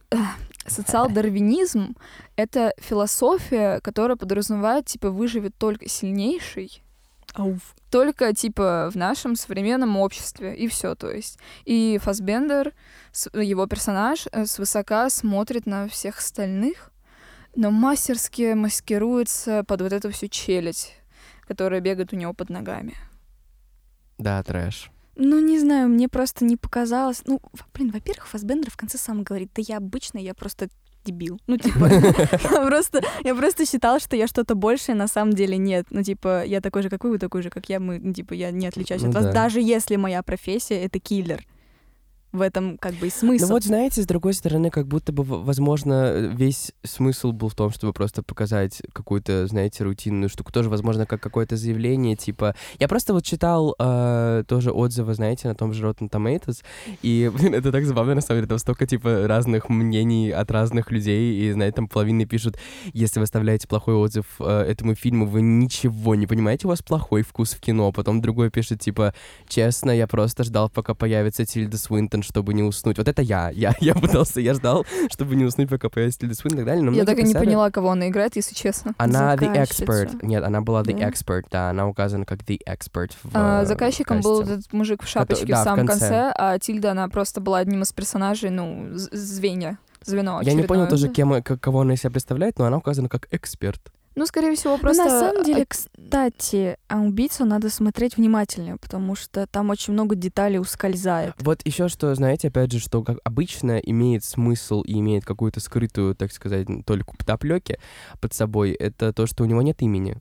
социал-дарвинизм — это философия, которая подразумевает, типа, выживет только сильнейший,
Ауф.
только, типа, в нашем современном обществе, и все, то есть. И Фассбендер, с- его персонаж, э, свысока смотрит на всех остальных, но мастерски маскируется под вот эту всю челядь, которая бегает у него под ногами.
Да, трэш.
Ну, не знаю, мне просто не показалось... Ну, блин, во-первых, Фассбендер в конце сам говорит, да я обычно, я просто дебил. Ну, типа, я просто, я просто считала, что я что-то большее, на самом деле нет. Ну, типа, я такой же, как вы, вы такой же, как я, мы, ну, типа, я не отличаюсь
Ну
от вас,
да.
даже если моя профессия — это киллер. В этом как бы и смысл.
Ну вот, знаете, с другой стороны, как будто бы, в- возможно, весь смысл был в том, чтобы просто показать какую-то, знаете, рутинную штуку. Тоже, возможно, как какое-то заявление, типа... Я просто вот читал э, тоже отзывы, знаете, на том же Rotten Tomatoes, и, блин, это так забавно, на самом деле, там столько, типа, разных мнений от разных людей, и, знаете, там половина пишут, если вы оставляете плохой отзыв э, этому фильму, вы ничего не понимаете, у вас плохой вкус в кино. Потом другой пишет, типа, честно, я просто ждал, пока появится Тильда Свинтон, чтобы не уснуть. Вот это я. Я, я пытался, я ждал, чтобы не уснуть, пока появится Тильда Свинтон и так далее. Но
Я
многие
так и не
писали-
поняла, кого она играет, если честно.
Она The
Заказчицу.
Expert. Нет, она была The
Да?
Expert, да, она указана как The Expert в
А,
э,
заказчиком был
касте.
этот мужик в шапочке
да,
в
в
самом
конце.
конце. а Тильда, она просто была одним из персонажей, ну, з- звенья, звено
Я не понял
очередное.
тоже, кем, к- кого она из себя представляет, но она указана как эксперт.
Ну, скорее всего,
Ну,
просто...
на самом деле,
а,
кстати, а убийцу надо смотреть внимательнее, потому что там очень много деталей ускользает.
Вот еще что, знаете, опять же, что как обычно имеет смысл и имеет какую-то скрытую, так сказать, только подоплеки под собой, это то, что у него нет имени.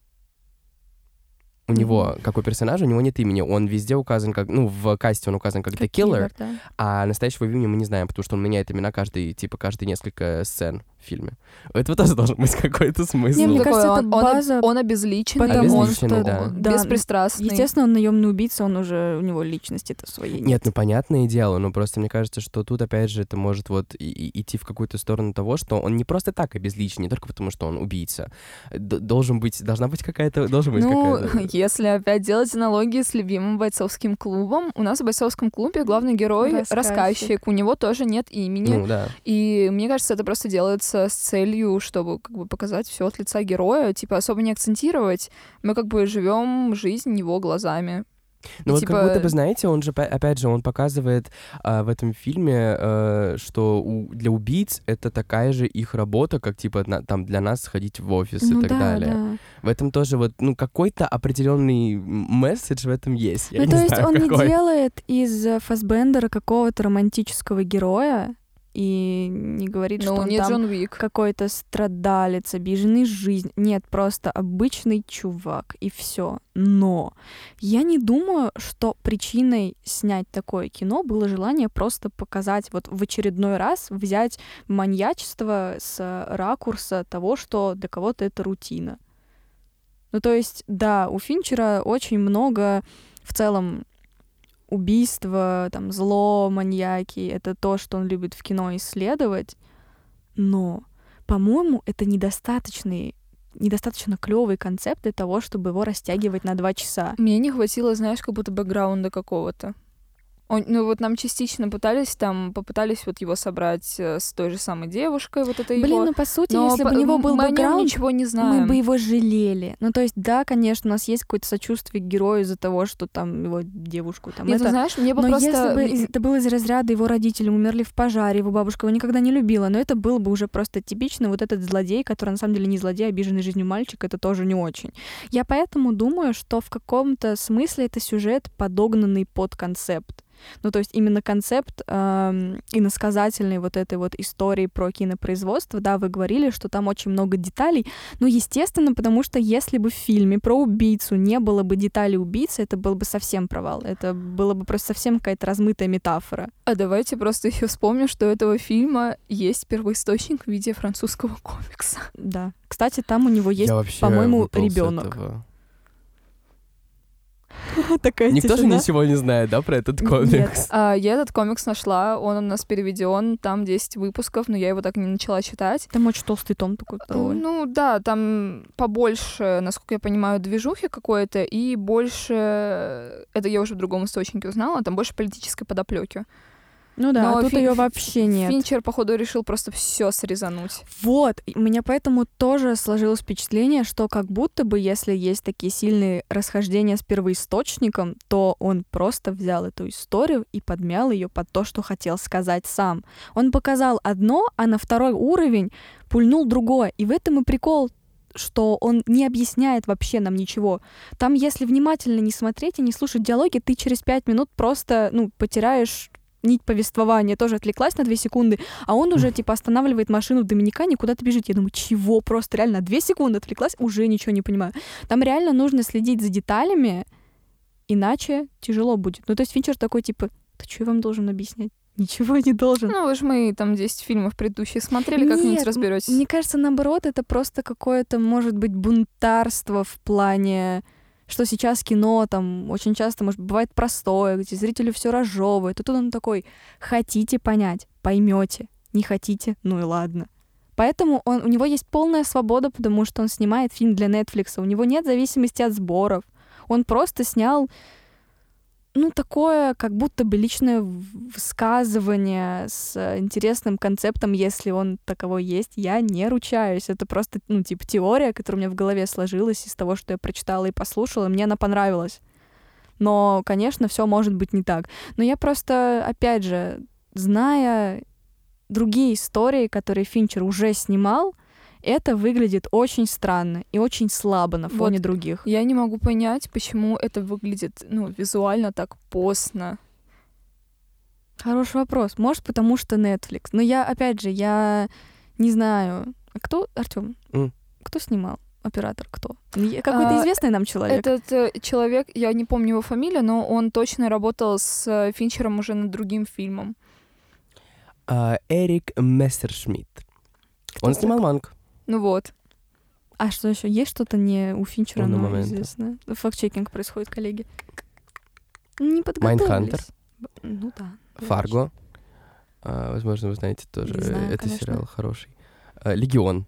У него, как у персонажа, у него нет имени. Он везде указан как... Ну, в касте он указан как The Killer,
да.
а настоящего имени мы не знаем, потому что он меняет имена каждый, типа, каждые несколько сцен в фильме. У этого тоже должен быть какой-то смысл.
Не, мне
такое,
кажется, это
он, он об-
база,
он обезличенный,
потому
он
Обезличенный,
что-
да.
Да,
беспристрастный.
Естественно, он наемный убийца, он уже, у него личности-то своей нет.
Нет, ну понятное дело, но просто мне кажется, что тут, опять же, это может вот и- и- идти в какую-то сторону того, что он не просто так обезличен, не только потому, что он убийца. Д- должен быть, должна быть какая-то, должен быть
Ну,
какая-то...
если опять делать аналогии с любимым бойцовским клубом, у нас в бойцовском клубе главный герой —
Рассказчик.
рассказчик, у него тоже нет имени.
Ну, да.
И мне кажется, это просто делается с целью, чтобы как бы показать все от лица героя, типа особо не акцентировать. Мы как бы живем жизнь его глазами.
Ну
И
вот
типа-
как будто бы, знаете, он же, опя- опять же, он показывает а, в этом фильме, э, что у- для убийц это такая же их работа, как, типа, на- там для нас сходить в офис
Ну
и так
да,
далее.
да.
В этом тоже вот, ну, какой-то определенный м- месседж в этом есть. Я
Ну,
не
то есть
знаю,
он
какой.
не делает из э, Фассбендера какого-то романтического героя и не говорит, что
Ну,
он
не
там
Джон Уик.
какой-то страдалец, обиженный жизнь. Нет, просто обычный чувак, и все. Но я не думаю, что причиной снять такое кино было желание просто показать, вот в очередной раз взять маньячество с ракурса того, что для кого-то это рутина. Ну, то есть, да, у Финчера очень много в целом убийства, там, зло, маньяки, это то, что он любит в кино исследовать, но, по-моему, это недостаточный, недостаточно клевый концепт для того, чтобы его растягивать на два часа.
Мне не хватило, знаешь, как будто бэкграунда какого-то. Он- ну вот нам частично пытались там, попытались вот его собрать э, с той же самой девушкой, вот это
Блин,
его.
ну, по сути,
Но
если бы
по-
у него был
мы о нём
бэкграунд,
ничего не
мы
знаем.
бы его жалели. Ну, то есть, да, конечно, у нас есть какое-то сочувствие к герою из-за того, что там его девушку там
Нет,
это...
ну, знаешь, мне бы
Но
просто...
если бы из- это было из разряда его родители умерли в пожаре, его бабушка его никогда не любила, но это был бы уже просто типичный вот этот злодей, который на самом деле не злодей, а обиженный жизнью мальчик, это тоже не очень. Я поэтому думаю, что в каком-то смысле это сюжет, подогнанный под концепт. Ну, то есть именно концепт эм, иносказательной вот этой вот истории про кинопроизводство, да, вы говорили, что там очень много деталей, ну, естественно, потому что если бы в фильме про убийцу не было бы деталей убийцы, это был бы совсем провал, это было бы просто совсем какая-то размытая метафора.
А давайте просто еще вспомним, что у этого фильма есть первоисточник в виде французского комикса.
Да. Кстати, там у него есть,
Я вообще
по-моему,
выпал с
ребенок.
этого.
Такая
Никто же
тишина.
ничего не знает, да, про этот комикс?
Нет.
А, я этот комикс нашла, он у нас переведен, там десять выпусков, но я его так и не начала читать.
Там очень толстый том такой. здоровый.
Ну да, там побольше, насколько я понимаю, движухи какой-то, и больше, это я уже в другом источнике узнала, там больше политической подоплеки.
Ну да,
Но
а тут
Фи-
ее вообще нет.
Финчер, походу, решил просто все срезануть.
Вот, и у меня поэтому тоже сложилось впечатление, что как будто бы, если есть такие сильные расхождения с первоисточником, то он просто взял эту историю и подмял ее под то, что хотел сказать сам. Он показал одно, а на второй уровень пульнул другое. И в этом и прикол, что он не объясняет вообще нам ничего. Там, если внимательно не смотреть и не слушать диалоги, ты через пять минут просто, ну, потеряешь нить повествования, тоже отвлеклась на две секунды, а он уже, типа, останавливает машину в Доминикане, куда-то бежит. Я думаю, чего? Просто реально две секунды отвлеклась, уже ничего не понимаю. Там реально нужно следить за деталями, иначе тяжело будет. Ну, то есть Финчер такой, типа, да что я вам должен объяснять? Ничего не должен.
Ну, вы же мы там десять фильмов предыдущих смотрели, как-нибудь
Нет,
разберетесь.
Мне кажется, наоборот, это просто какое-то, может быть, бунтарство в плане, что сейчас кино там очень часто, может, бывает простое, где зрителю все разжевывает. И тут он такой: хотите понять, поймете, не хотите, ну и ладно. Поэтому он, у него есть полная свобода, потому что он снимает фильм для Netflix. У него нет зависимости от сборов. Он просто снял, ну, такое, как будто бы личное высказывание с интересным концептом, если он таковой есть. Я не ручаюсь. Это просто, ну, типа, теория, которая у меня в голове сложилась из того, что я прочитала и послушала, и мне она понравилась. Но, конечно, все может быть не так. Но я просто, опять же, зная другие истории, которые Финчер уже снимал, это выглядит очень странно и очень слабо на фоне
Вот.
других.
Я не могу понять, почему это выглядит, ну, визуально так постно.
Хороший вопрос. Может, потому что Netflix. Но я, опять же, я не знаю. А кто, Артём?
Mm.
Кто снимал? Оператор кто? Я- Какой-то
А,
известный нам человек.
Этот э, человек, я не помню его фамилию, но он точно работал с э, Финчером уже над другим фильмом.
А, Эрик Мессершмитт.
Кто
Он
это
снимал
такой?
«Манк».
Ну вот.
А что еще? Есть что-то не у Финчера,
Полный
но
момент.
известное? Факт-чекинг происходит, коллеги. Не подготовились.
«Майндхантер».
Б- Ну да.
«Фарго». А, возможно, вы знаете тоже.
Не знаю,
Это
конечно.
сериал хороший. А, «Легион».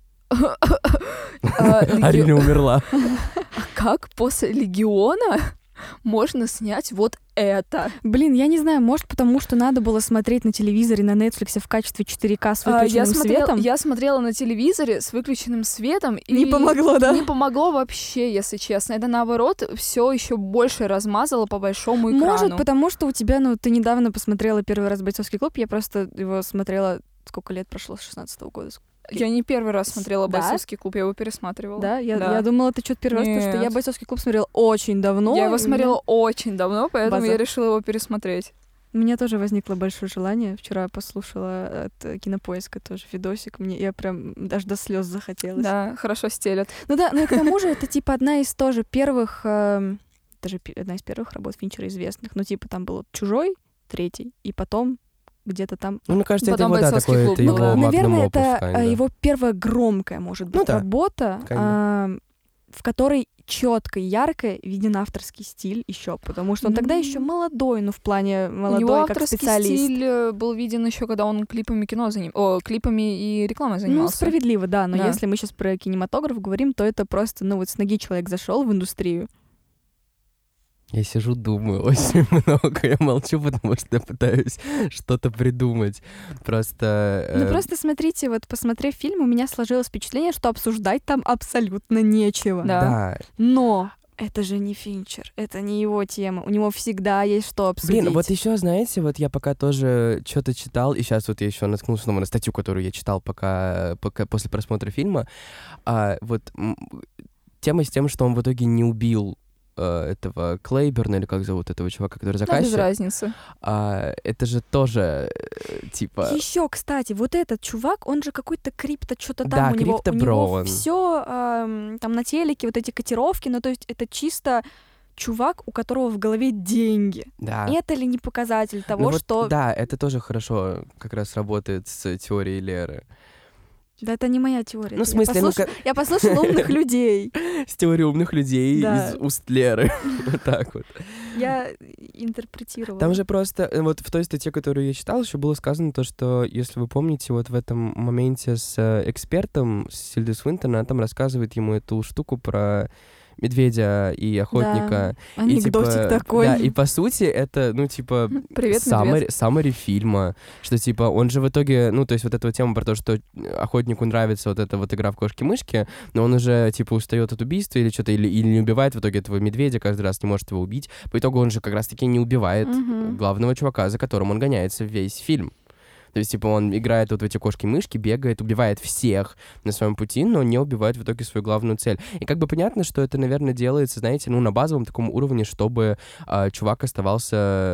А, Леги-
Арина умерла.
Как после «Легиона» можно снять вот это?
Блин, я не знаю, может, потому что надо было смотреть на телевизоре на Netflix в качестве четыре ка с
А,
выключенным
я, смотрела,
светом?
я смотрела на телевизоре с выключенным светом, и
Не помогло, да?
не помогло вообще, если честно. Это наоборот все еще больше размазало по большому экрану.
Может, потому что у тебя, ну, ты недавно посмотрела первый раз «Бойцовский клуб», я просто его смотрела, сколько лет прошло, с шестнадцатого года,
Я не первый раз смотрела
Да?
«Бойцовский клуб», я его пересматривала.
да? Я,
Да.
я думала, ты что-то первый раз, потому что я
Нет.
«Бойцовский клуб» смотрела очень давно.
Я
и
его
у
смотрела очень давно, поэтому
База.
я решила его пересмотреть.
меня- У меня тоже возникло большое желание. Вчера я послушала от э, Кинопоиска тоже видосик, мне я прям даже до слез захотелось.
Да, хорошо стелят.
Ну да, ну и к тому же это типа одна из тоже первых, эм, даже пе- одна из первых работ Финчера известных. Ну типа там был «Чужой», третий, и потом где-то там.
Ну, мне кажется, это
Потом
его, да,
«Бойцовский
такое,
клуб»
это
был.
его
Ну,
Наверное,
magnum
это
opus,
э,
kinda.
его первая громкая, может быть,
Ну да,
работа,
kinda.
а, в которой четко и ярко виден авторский стиль еще, потому что он тогда
Ну.
еще молодой, ну в плане
У него
молодой как
авторский
специалист.
стиль э, был виден еще, когда он клипами кино заним... О, клипами и рекламой
Ну,
занимался.
справедливо, да, но
Да.
если мы сейчас про кинематограф говорим, то это просто, ну вот с ноги человек зашел в индустрию.
Я сижу, думаю очень много. Я молчу, потому что я пытаюсь что-то придумать. Просто...
Ну
э,
просто смотрите, вот посмотрев фильм, у меня сложилось впечатление, что обсуждать там абсолютно нечего.
Да.
Да.
Но это же не Финчер, это не его тема. У него всегда есть что обсудить.
Блин, вот еще, знаете, вот я пока тоже что-то читал, и сейчас вот я еще наткнулся снова на статью, которую я читал пока, пока после просмотра фильма. А, вот м, тема с тем, что он в итоге не убил э, этого Клейберна, или как зовут этого чувака, который
Да, без
заказчик.
разницы.
А, это же тоже, э, типа...
Еще, кстати, вот этот чувак, он же какой-то крипто, что-то там
Да,
у него, у
крипто-бро
него
он.
все там на телеке, вот эти котировки, ну то есть это чисто чувак, у которого в голове деньги.
Да.
Это ли не показатель того,
Ну вот,
что...
Да, это тоже хорошо как раз работает с теорией Леры.
Да это не моя теория.
Ну, в
это
смысле,
я,
ну,
послуш- я послушала умных людей.
С теорией умных людей
Да.
из уст Леры. Вот так вот.
Я интерпретировала.
Там же просто, э, вот в той статье, которую я читал, еще было сказано то, что, если вы помните, вот в этом моменте с э, экспертом, с Сильдой Свинтон, она там рассказывает ему эту штуку про медведя и охотника.
Да,
и,
анекдотик
типа,
такой.
Да, и по сути это, ну, типа,
Привет,
саммари,
медведь.
саммари фильма, что, типа, он же в итоге, ну, то есть вот эта вот тема про то, что охотнику нравится вот эта вот игра в кошки-мышки, но он уже, типа, устает от убийства или что-то, или, или не убивает в итоге этого медведя, каждый раз не может его убить. По итогу он же как раз-таки не убивает
Мгм.
главного чувака, за которым он гоняется весь фильм. То есть, типа, он играет вот в эти кошки-мышки, бегает, убивает всех на своем пути, но не убивает в итоге свою главную цель. И как бы понятно, что это, наверное, делается, знаете, ну, на базовом таком уровне, чтобы э, чувак оставался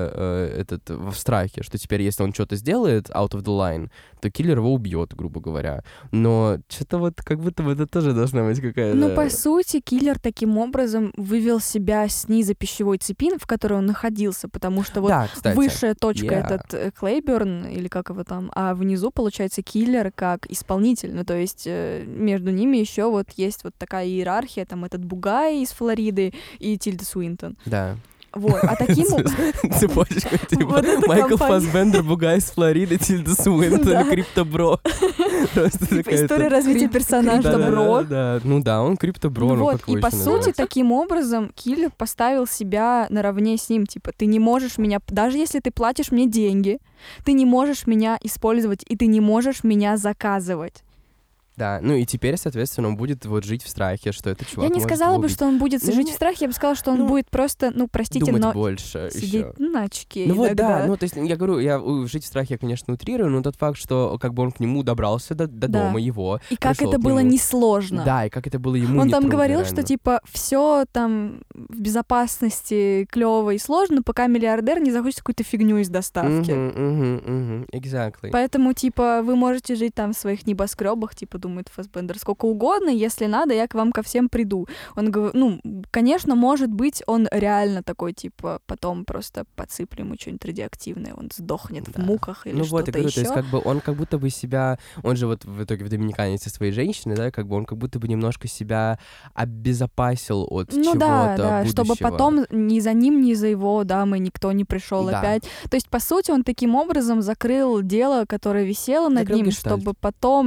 э, этот, в страхе, что теперь, если он что-то сделает out of the line, то киллер его убьет, грубо говоря. Но что-то вот как будто бы это тоже должна быть какая-то...
Ну, по сути, киллер таким образом вывел себя с низа пищевой цепи, в которой он находился, потому что вот
да, кстати.
высшая точка
Yeah.
этот э, Клейберн, или как его там, а внизу, получается, киллер как исполнитель. Ну, то есть э, между ними еще вот есть вот такая иерархия, там этот Бугай из Флориды и Тильда Суинтон.
Да.
Вот, а таким...
Цепочка, типа,
Вот эта
Майкл
компания.
Фассбендер, Бугай из Флориды, Тильда Суинтон,
Да.
Криптобро. Просто
Типа
такая-то-
история развития
Крип-
персонажа.
Да, да,
Криптобро.
да, да. Ну да, он криптобро,
Ну
ну
вот,
как его
и по
еще
сути,
называть?
таким образом, киллер поставил себя наравне с ним. Типа, ты не можешь меня, даже если ты платишь мне деньги, ты не можешь меня использовать, и ты не можешь меня заказывать.
Да, ну и теперь, соответственно, он будет вот жить в страхе, что этот чувак
Я не
может
сказала
его
бы,
убить.
что он будет
Ну,
жить в страхе, я бы сказала, что он
ну,
будет просто, ну, простите,
Думать
но
больше
сидеть
еще.
на очке
Ну вот,
иногда.
да, ну то есть я говорю, я у, жить в страхе я, конечно, утрирую, но тот факт, что как бы он к нему добрался до, до
Да.
дома его.
И как
пришел
это
к
было
нему.
несложно.
Да, и как это было ему
Он там
нетрудно,
говорил,
реально.
что типа все там в безопасности клево и сложно, пока миллиардер не захочет какую-то фигню из доставки.
Мгм, мгм, мгм, exactly.
Поэтому, типа, вы можете жить там в своих небоскребах, типа, думает Фассбендер, сколько угодно, если надо, я к вам ко всем приду. Он говорит, ну, конечно, может быть, он реально такой, типа, потом просто подсыплем ему что-нибудь радиоактивное, он сдохнет
Да.
в муках или
Ну вот,
что-то
я говорю,
еще.
то есть как бы он как будто бы себя, он же вот в итоге в Доминикане со своей женщиной, да, как бы он как будто бы немножко себя обезопасил от
Ну
чего-то
да, да,
будущего.
чтобы потом ни за ним, ни за его дамой никто не пришел
Да.
опять. То есть, по сути, он таким образом закрыл дело, которое висело над
Закрыл
ним,
гештальт.
чтобы потом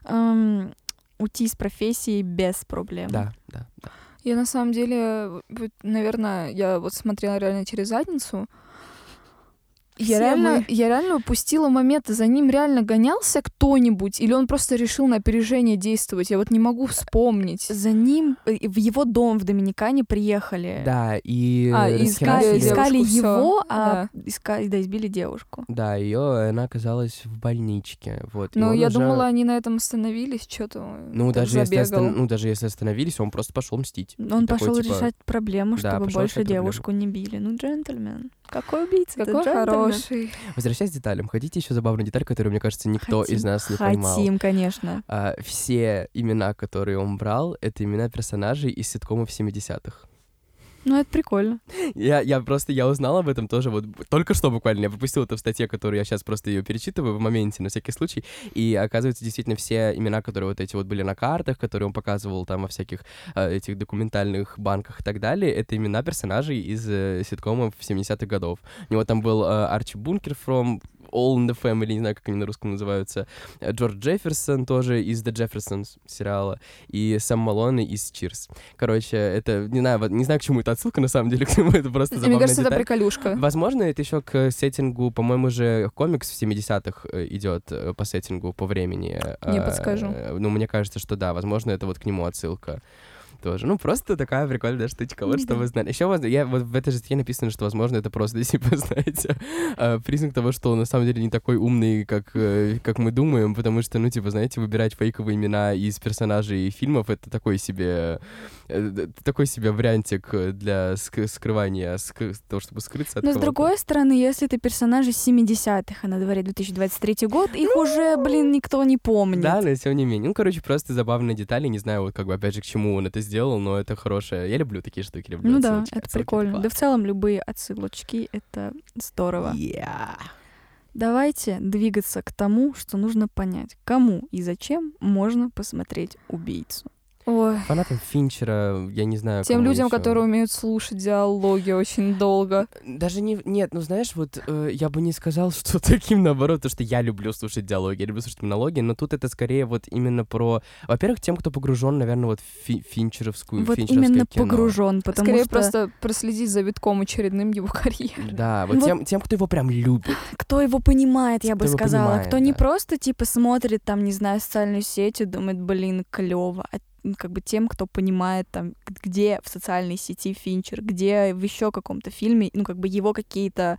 эм, уйти с профессии без проблем.
Да, да, да.
Я на самом деле, вот, наверное, я вот смотрела реально через задницу. Я
Все
реально,
мы.
я реально упустила момент, за ним реально гонялся кто-нибудь, или он просто решил на опережение действовать. Я вот не могу вспомнить.
За ним э, в его дом в Доминикане приехали.
Да, и
А, и
Искали,
Искали
искали
девушку, всё.
его, а искали, да, избили девушку.
Да, ее она оказалась в больничке, вот. и
Ну,
он
я
уже-
думала, они на этом остановились, что-то.
ну
так
даже, если
забегал.
остан- ну, даже если остановились, он просто пошел мстить.
Он
И такой,
пошел
типа,
решать проблему,
да,
чтобы
пошел
больше
решать проблему.
девушку не били. Ну, джентльмен. Какой убийца? это
Какой
джентльмен.
хороший.
Возвращаясь к деталям, хотите еще забавную деталь, которую, мне кажется, никто
Хотим,
из нас не поймал?
Хотим, конечно.
А, все имена, которые он брал, это имена персонажей из ситкомов семидесятых.
Ну, это прикольно.
Я, я просто, я узнал об этом тоже вот только что буквально. Я пропустил это в статье, которую я сейчас просто ее перечитываю в моменте, на всякий случай. И оказывается, действительно, все имена, которые вот эти вот были на картах, которые он показывал там во всяких э, этих документальных банках и так далее, это имена персонажей из э, ситкомов семидесятых годов. У него там был э, Арчи Бункер from All in the Family, не знаю, как они на русском называются. Э, Джордж Джефферсон тоже из The Jeffersons сериала. И Сэм Малоне из Cheers. Короче, это, не знаю, вот не знаю, к чему это отсылка, на самом деле, к чему это просто забавная
Мне кажется, это
деталь.
приколюшка.
Возможно, это еще к сеттингу, по-моему, же комикс в семидесятых э, идет э, по сеттингу, по времени.
Не
Э,
подскажу.
э, Ну, мне кажется, что да, возможно, это вот к нему отсылка. Тоже. Ну, просто такая прикольная штучка, вот что вы знали. Еще я, вот в этой же статье написано, что, возможно, это просто, типа, знаете, э, признак того, что он на самом деле не такой умный, как, э, как мы думаем, потому что, ну, типа, знаете, выбирать фейковые имена из персонажей фильмов — это такой себе, э, такой себе вариантик для ск- скрывания, ск- того, чтобы скрыться от
Но с
кого-то.
другой стороны, если это персонажи семидесятых, а на дворе две тысячи двадцать третий год, их уже, блин, никто не помнит.
Да, но тем не менее. Ну, короче, просто забавные детали. Не знаю, вот как бы, опять же, к чему он это сделал, но это хорошее. Я люблю такие штуки, люблю
Ну да,
отсылочки.
это
Отсылки
прикольно. Да в
класс.
целом любые отсылочки — это здорово.
Yeah.
Давайте двигаться к тому, что нужно понять, кому и зачем можно посмотреть «Убийцу».
Ой.
Фанатам Финчера, я не знаю,
Тем
кому
людям,
ещё.
которые умеют слушать диалоги очень долго.
Даже не... Нет, ну знаешь, вот э, я бы не сказал, что таким наоборот, потому что я люблю слушать диалоги, я люблю слушать монологи, но тут это скорее вот именно про... Во-первых, тем, кто погружен, наверное, вот в фи- финчеровскую,
Вот
финчеровское
именно
кино.
погружен, потому
Скорее
что
просто проследить за витком очередным его карьеры.
Да, вот,
Вот-
Тем, тем, кто его прям любит.
кто его понимает, я бы
Кто его
сказала.
понимает,
Кто не
да.
просто, типа, смотрит там, не знаю, социальную сеть и думает, блин, клево, а ну, как бы тем, кто понимает там, г- где в социальной сети Финчер, где в еще каком-то фильме, ну, как бы его какие-то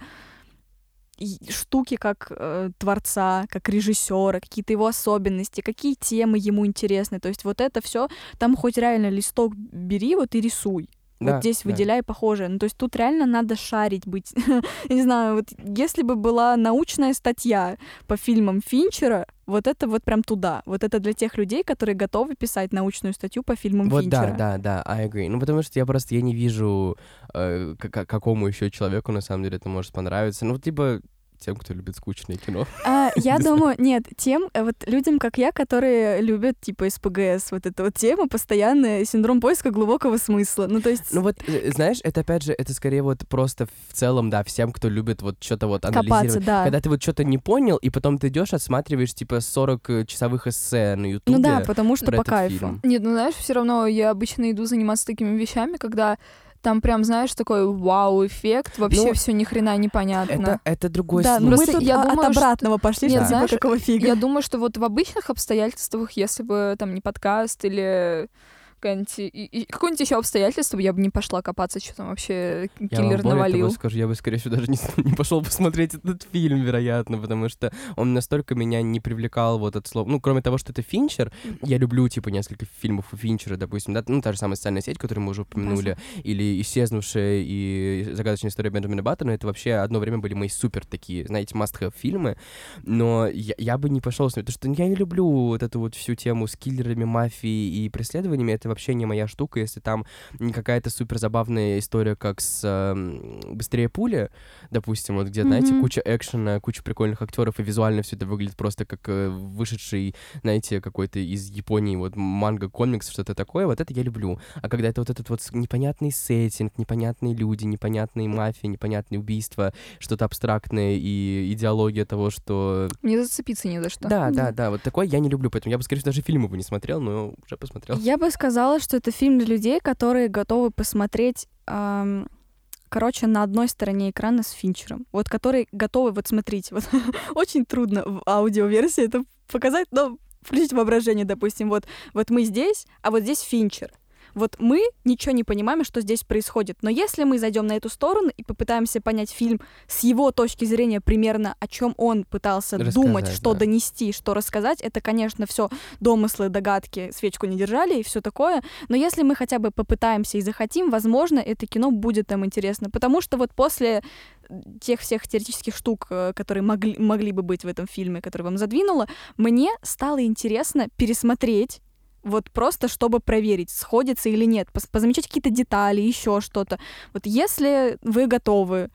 и- штуки как э, творца, как режиссера, какие-то его особенности, какие темы ему интересны. То есть вот это все, там хоть реально листок бери вот и рисуй. Вот
Да,
здесь
да.
выделяй похожее. Ну, то есть тут реально надо шарить быть. Я не знаю, вот если бы была научная статья по фильмам Финчера, вот это вот прям туда. Вот это для тех людей, которые готовы писать научную статью по фильмам
Вот
Финчера.
да, да, да, I agree. Ну, потому что я просто, я не вижу, э, к- к- какому еще человеку, на самом деле, это может понравиться. Ну, типа, тем, кто любит скучное кино.
А, я
Не
думаю, нет, тем, э, вот людям, как я, которые любят, типа, СПГС, вот эта вот тема, постоянно синдром поиска глубокого смысла. Ну, то есть
Ну вот, э, знаешь, это опять же, это скорее вот просто в целом, да, всем, кто любит вот что-то вот
копаться,
анализировать.
да.
Когда ты вот что-то не понял, и потом ты идешь, отсматриваешь, типа, сорок-часовых эссе на Ютубе.
Ну да, потому что
про
по
этот
кайфу.
фильм.
Нет, ну знаешь, все равно я обычно иду заниматься такими вещами, когда там прям, знаешь, такой вау-эффект, вообще
Ну,
все ни хрена непонятно.
Это, это другой
Да,
смысл.
ну мы
Просто
тут
я
а-
думаю,
от
что-
обратного пошли,
Нет,
что типа
знаешь,
какого фига.
Я думаю, что вот в обычных обстоятельствах, если бы там не подкаст или какая-нибудь, и- и какое-нибудь еще обстоятельство, я бы не пошла копаться, что там вообще
Я вам
киллер
более
навалил.
того скажу, я бы, скорее всего, даже не, не пошел посмотреть этот фильм, вероятно, потому что он настолько меня не привлекал вот от слова. Ну, кроме того, что это Финчер, я люблю, типа, несколько фильмов у Финчера, допустим, да, ну, та же самая «Социальная сеть», которую мы уже упомянули, или «Исчезнувшая» и «Загадочная история Бенджамина Баттона», это вообще одно время были мои супер такие, знаете, must-have фильмы, но я, я бы не пошел с ним, потому что я не люблю вот эту вот всю тему с киллерами, мафией и преследованиями, это вообще не моя штука, если там не какая-то супер забавная история, как с э, «Быстрее пули», допустим, вот где, знаете,
Мгм.
куча экшена, куча прикольных актеров, и визуально все это выглядит просто как э, вышедший, знаете, какой-то из Японии вот манга-комикс, что-то такое, вот это я люблю. А когда это вот этот вот с- непонятный сеттинг, непонятные люди, непонятные мафии, непонятные убийства, что-то абстрактное и идеология того, что...
Не зацепиться ни за что.
Да, да, да, вот такое я не люблю, поэтому я бы, скорее всего, даже фильм его не смотрел, но уже посмотрел.
Я бы сказала, что это фильм для людей, которые готовы посмотреть, ам, короче, на одной стороне экрана с Финчером. Вот которые готовы, вот смотрите, вот очень трудно в аудиоверсии это показать, но включить воображение, допустим, вот, вот мы здесь, а вот здесь Финчер. Вот мы ничего не понимаем, что здесь происходит. Но если мы зайдем на эту сторону и попытаемся понять фильм с его точки зрения примерно, о чем он пытался
Рассказать,
думать, что
да.
донести, что рассказать, это, конечно, все домыслы, догадки, свечку не держали и все такое. Но если мы хотя бы попытаемся и захотим, возможно, это кино будет нам интересно. Потому что вот после тех всех теоретических штук, э, которые могли, могли бы быть в этом фильме, которые вам задвинула, мне стало интересно пересмотреть вот просто чтобы проверить, сходится или нет, пос- позамечать какие-то детали, еще что-то. Вот если вы готовы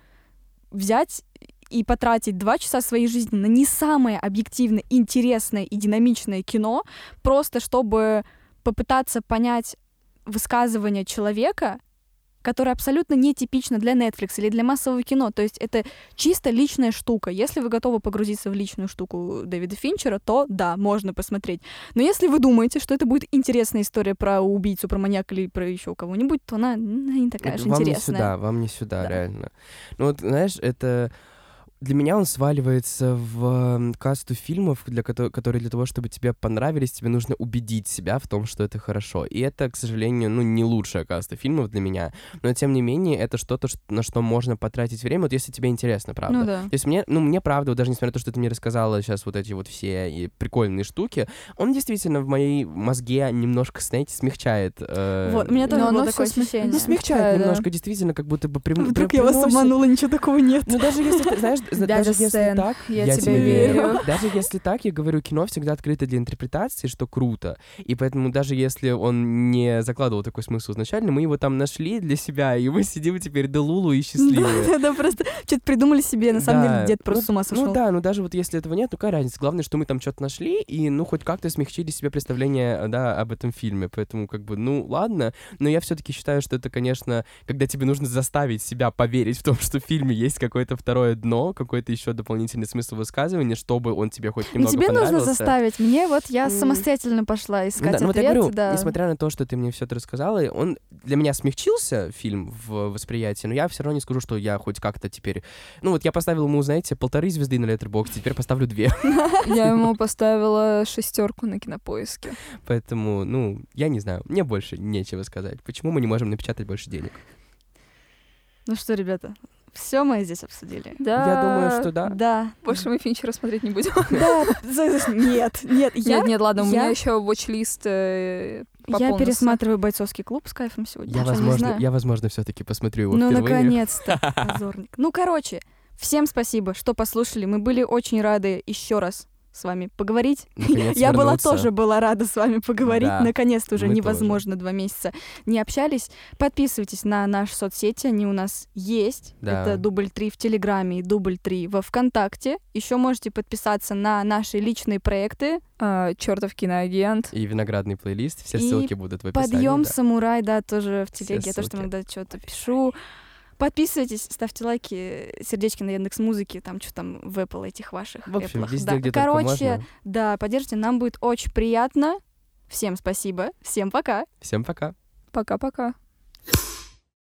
взять и потратить два часа своей жизни на не самое объективно интересное и динамичное кино, просто чтобы попытаться понять высказывание человека, которое абсолютно нетипично для Netflix или для массового кино. То есть это чисто личная штука. Если вы готовы погрузиться в личную штуку Дэвида Финчера, то да, можно посмотреть. Но если вы думаете, что это будет интересная история про убийцу, про маньяка или про еще кого-нибудь, то она ну, не такая
Это
же
вам
интересная.
не сюда, вам не сюда,
Да.
реально. Ну вот, знаешь, это... Для меня он сваливается в м, касту фильмов, для кото- которые для того, чтобы тебе понравились, тебе нужно убедить себя в том, что это хорошо. И это, к сожалению, ну, не лучшая каста фильмов для меня. Но, тем не менее, это что-то, ш- на что можно потратить время, вот если тебе интересно, правда.
Ну да.
То есть мне, ну, мне правда, вот даже несмотря на то, что ты мне рассказала сейчас вот эти вот все и прикольные штуки, он действительно в моей мозге немножко, знаете, смягчает. э,
Вот, у меня тоже
Но
было
оно
такое
всё см-
ощущение.
Ну, смягчает
Да, да.
немножко, действительно, как будто бы прям,
Вдруг
прям
я вас
приносит-
обманула, ничего такого нет.
Ну, даже если ты, знаешь, за-
Дядя
даже если
Стэн,
так,
я
я
тебе
тебе верю.
верю.
Даже если так, я говорю, кино всегда открыто для интерпретации, что круто. И поэтому даже если он не закладывал такой смысл изначально, мы его там нашли для себя, и мы сидим теперь делулу и счастливые.
Да, просто что-то придумали себе, на самом
Да.
деле дед просто
Ну,
с ума сошел.
Ну да, ну даже вот если этого нет, ну какая разница? Главное, что мы там что-то нашли, и ну хоть как-то смягчили себе представление, да, об этом фильме. Поэтому как бы, ну ладно, но я все-таки считаю, что это, конечно, когда тебе нужно заставить себя поверить в том, что в фильме есть какое-то второе дно, какой-то еще дополнительный смысл высказывания, чтобы он тебе хоть
Ну,
немного
тебе нужно
понравился.
заставить. Мне вот я
М.
самостоятельно пошла
Ну
искать
да, ну вот я
ответ.
говорю,
да.
несмотря на то, что ты мне все это рассказала, он для меня смягчился, фильм, в восприятии, но я все равно не скажу, что я хоть как-то теперь... Ну вот я поставил ему, знаете, полторы звезды на Letterboxd, теперь поставлю две.
Я ему поставила шестерку на Кинопоиске.
Поэтому, ну, я не знаю, мне больше нечего сказать. Почему мы не можем напечатать больше денег?
Ну что, ребята, все мы здесь обсудили.
Да.
Я думаю, что да.
Да.
Больше мы Финчера смотреть не будем.
Да. за- за- Нет, нет, я...
Нет, нет, ладно, у
я-
меня еще watch-лист э,
Я
пополнился.
пересматриваю «Бойцовский клуб» с кайфом сегодня.
Я,
Что, не
возможно,
знаю.
я, возможно, все-таки посмотрю его
Ну,
впервые.
наконец-то, позорник. Ну, короче, всем спасибо, что послушали. Мы были очень рады еще раз с вами поговорить.
Наконец
Я была
вернуться.
тоже была рада с вами поговорить.
Да,
Наконец-то уже
мы
невозможно два месяца не общались. Подписывайтесь на наши соцсети, они у нас есть.
Да.
Это Дубль три в Телеграме и Дубль три во ВКонтакте. Еще можете подписаться на наши личные проекты.
А, чертов киноагент.
И виноградный плейлист, все
И
ссылки будут в описании.
Подъем
да.
самурай, да, тоже в
Все
телеге. Я тоже
ссылки
там иногда что-то
в
пишу. Подписывайтесь, ставьте лайки, сердечки на Яндекс.Музыке, там что там в Apple этих ваших.
В общем,
Apple'ах.
везде,
Да.
где только
Короче,
можно.
да, поддержите, нам будет очень приятно. Всем спасибо, всем пока.
Всем пока.
Пока-пока.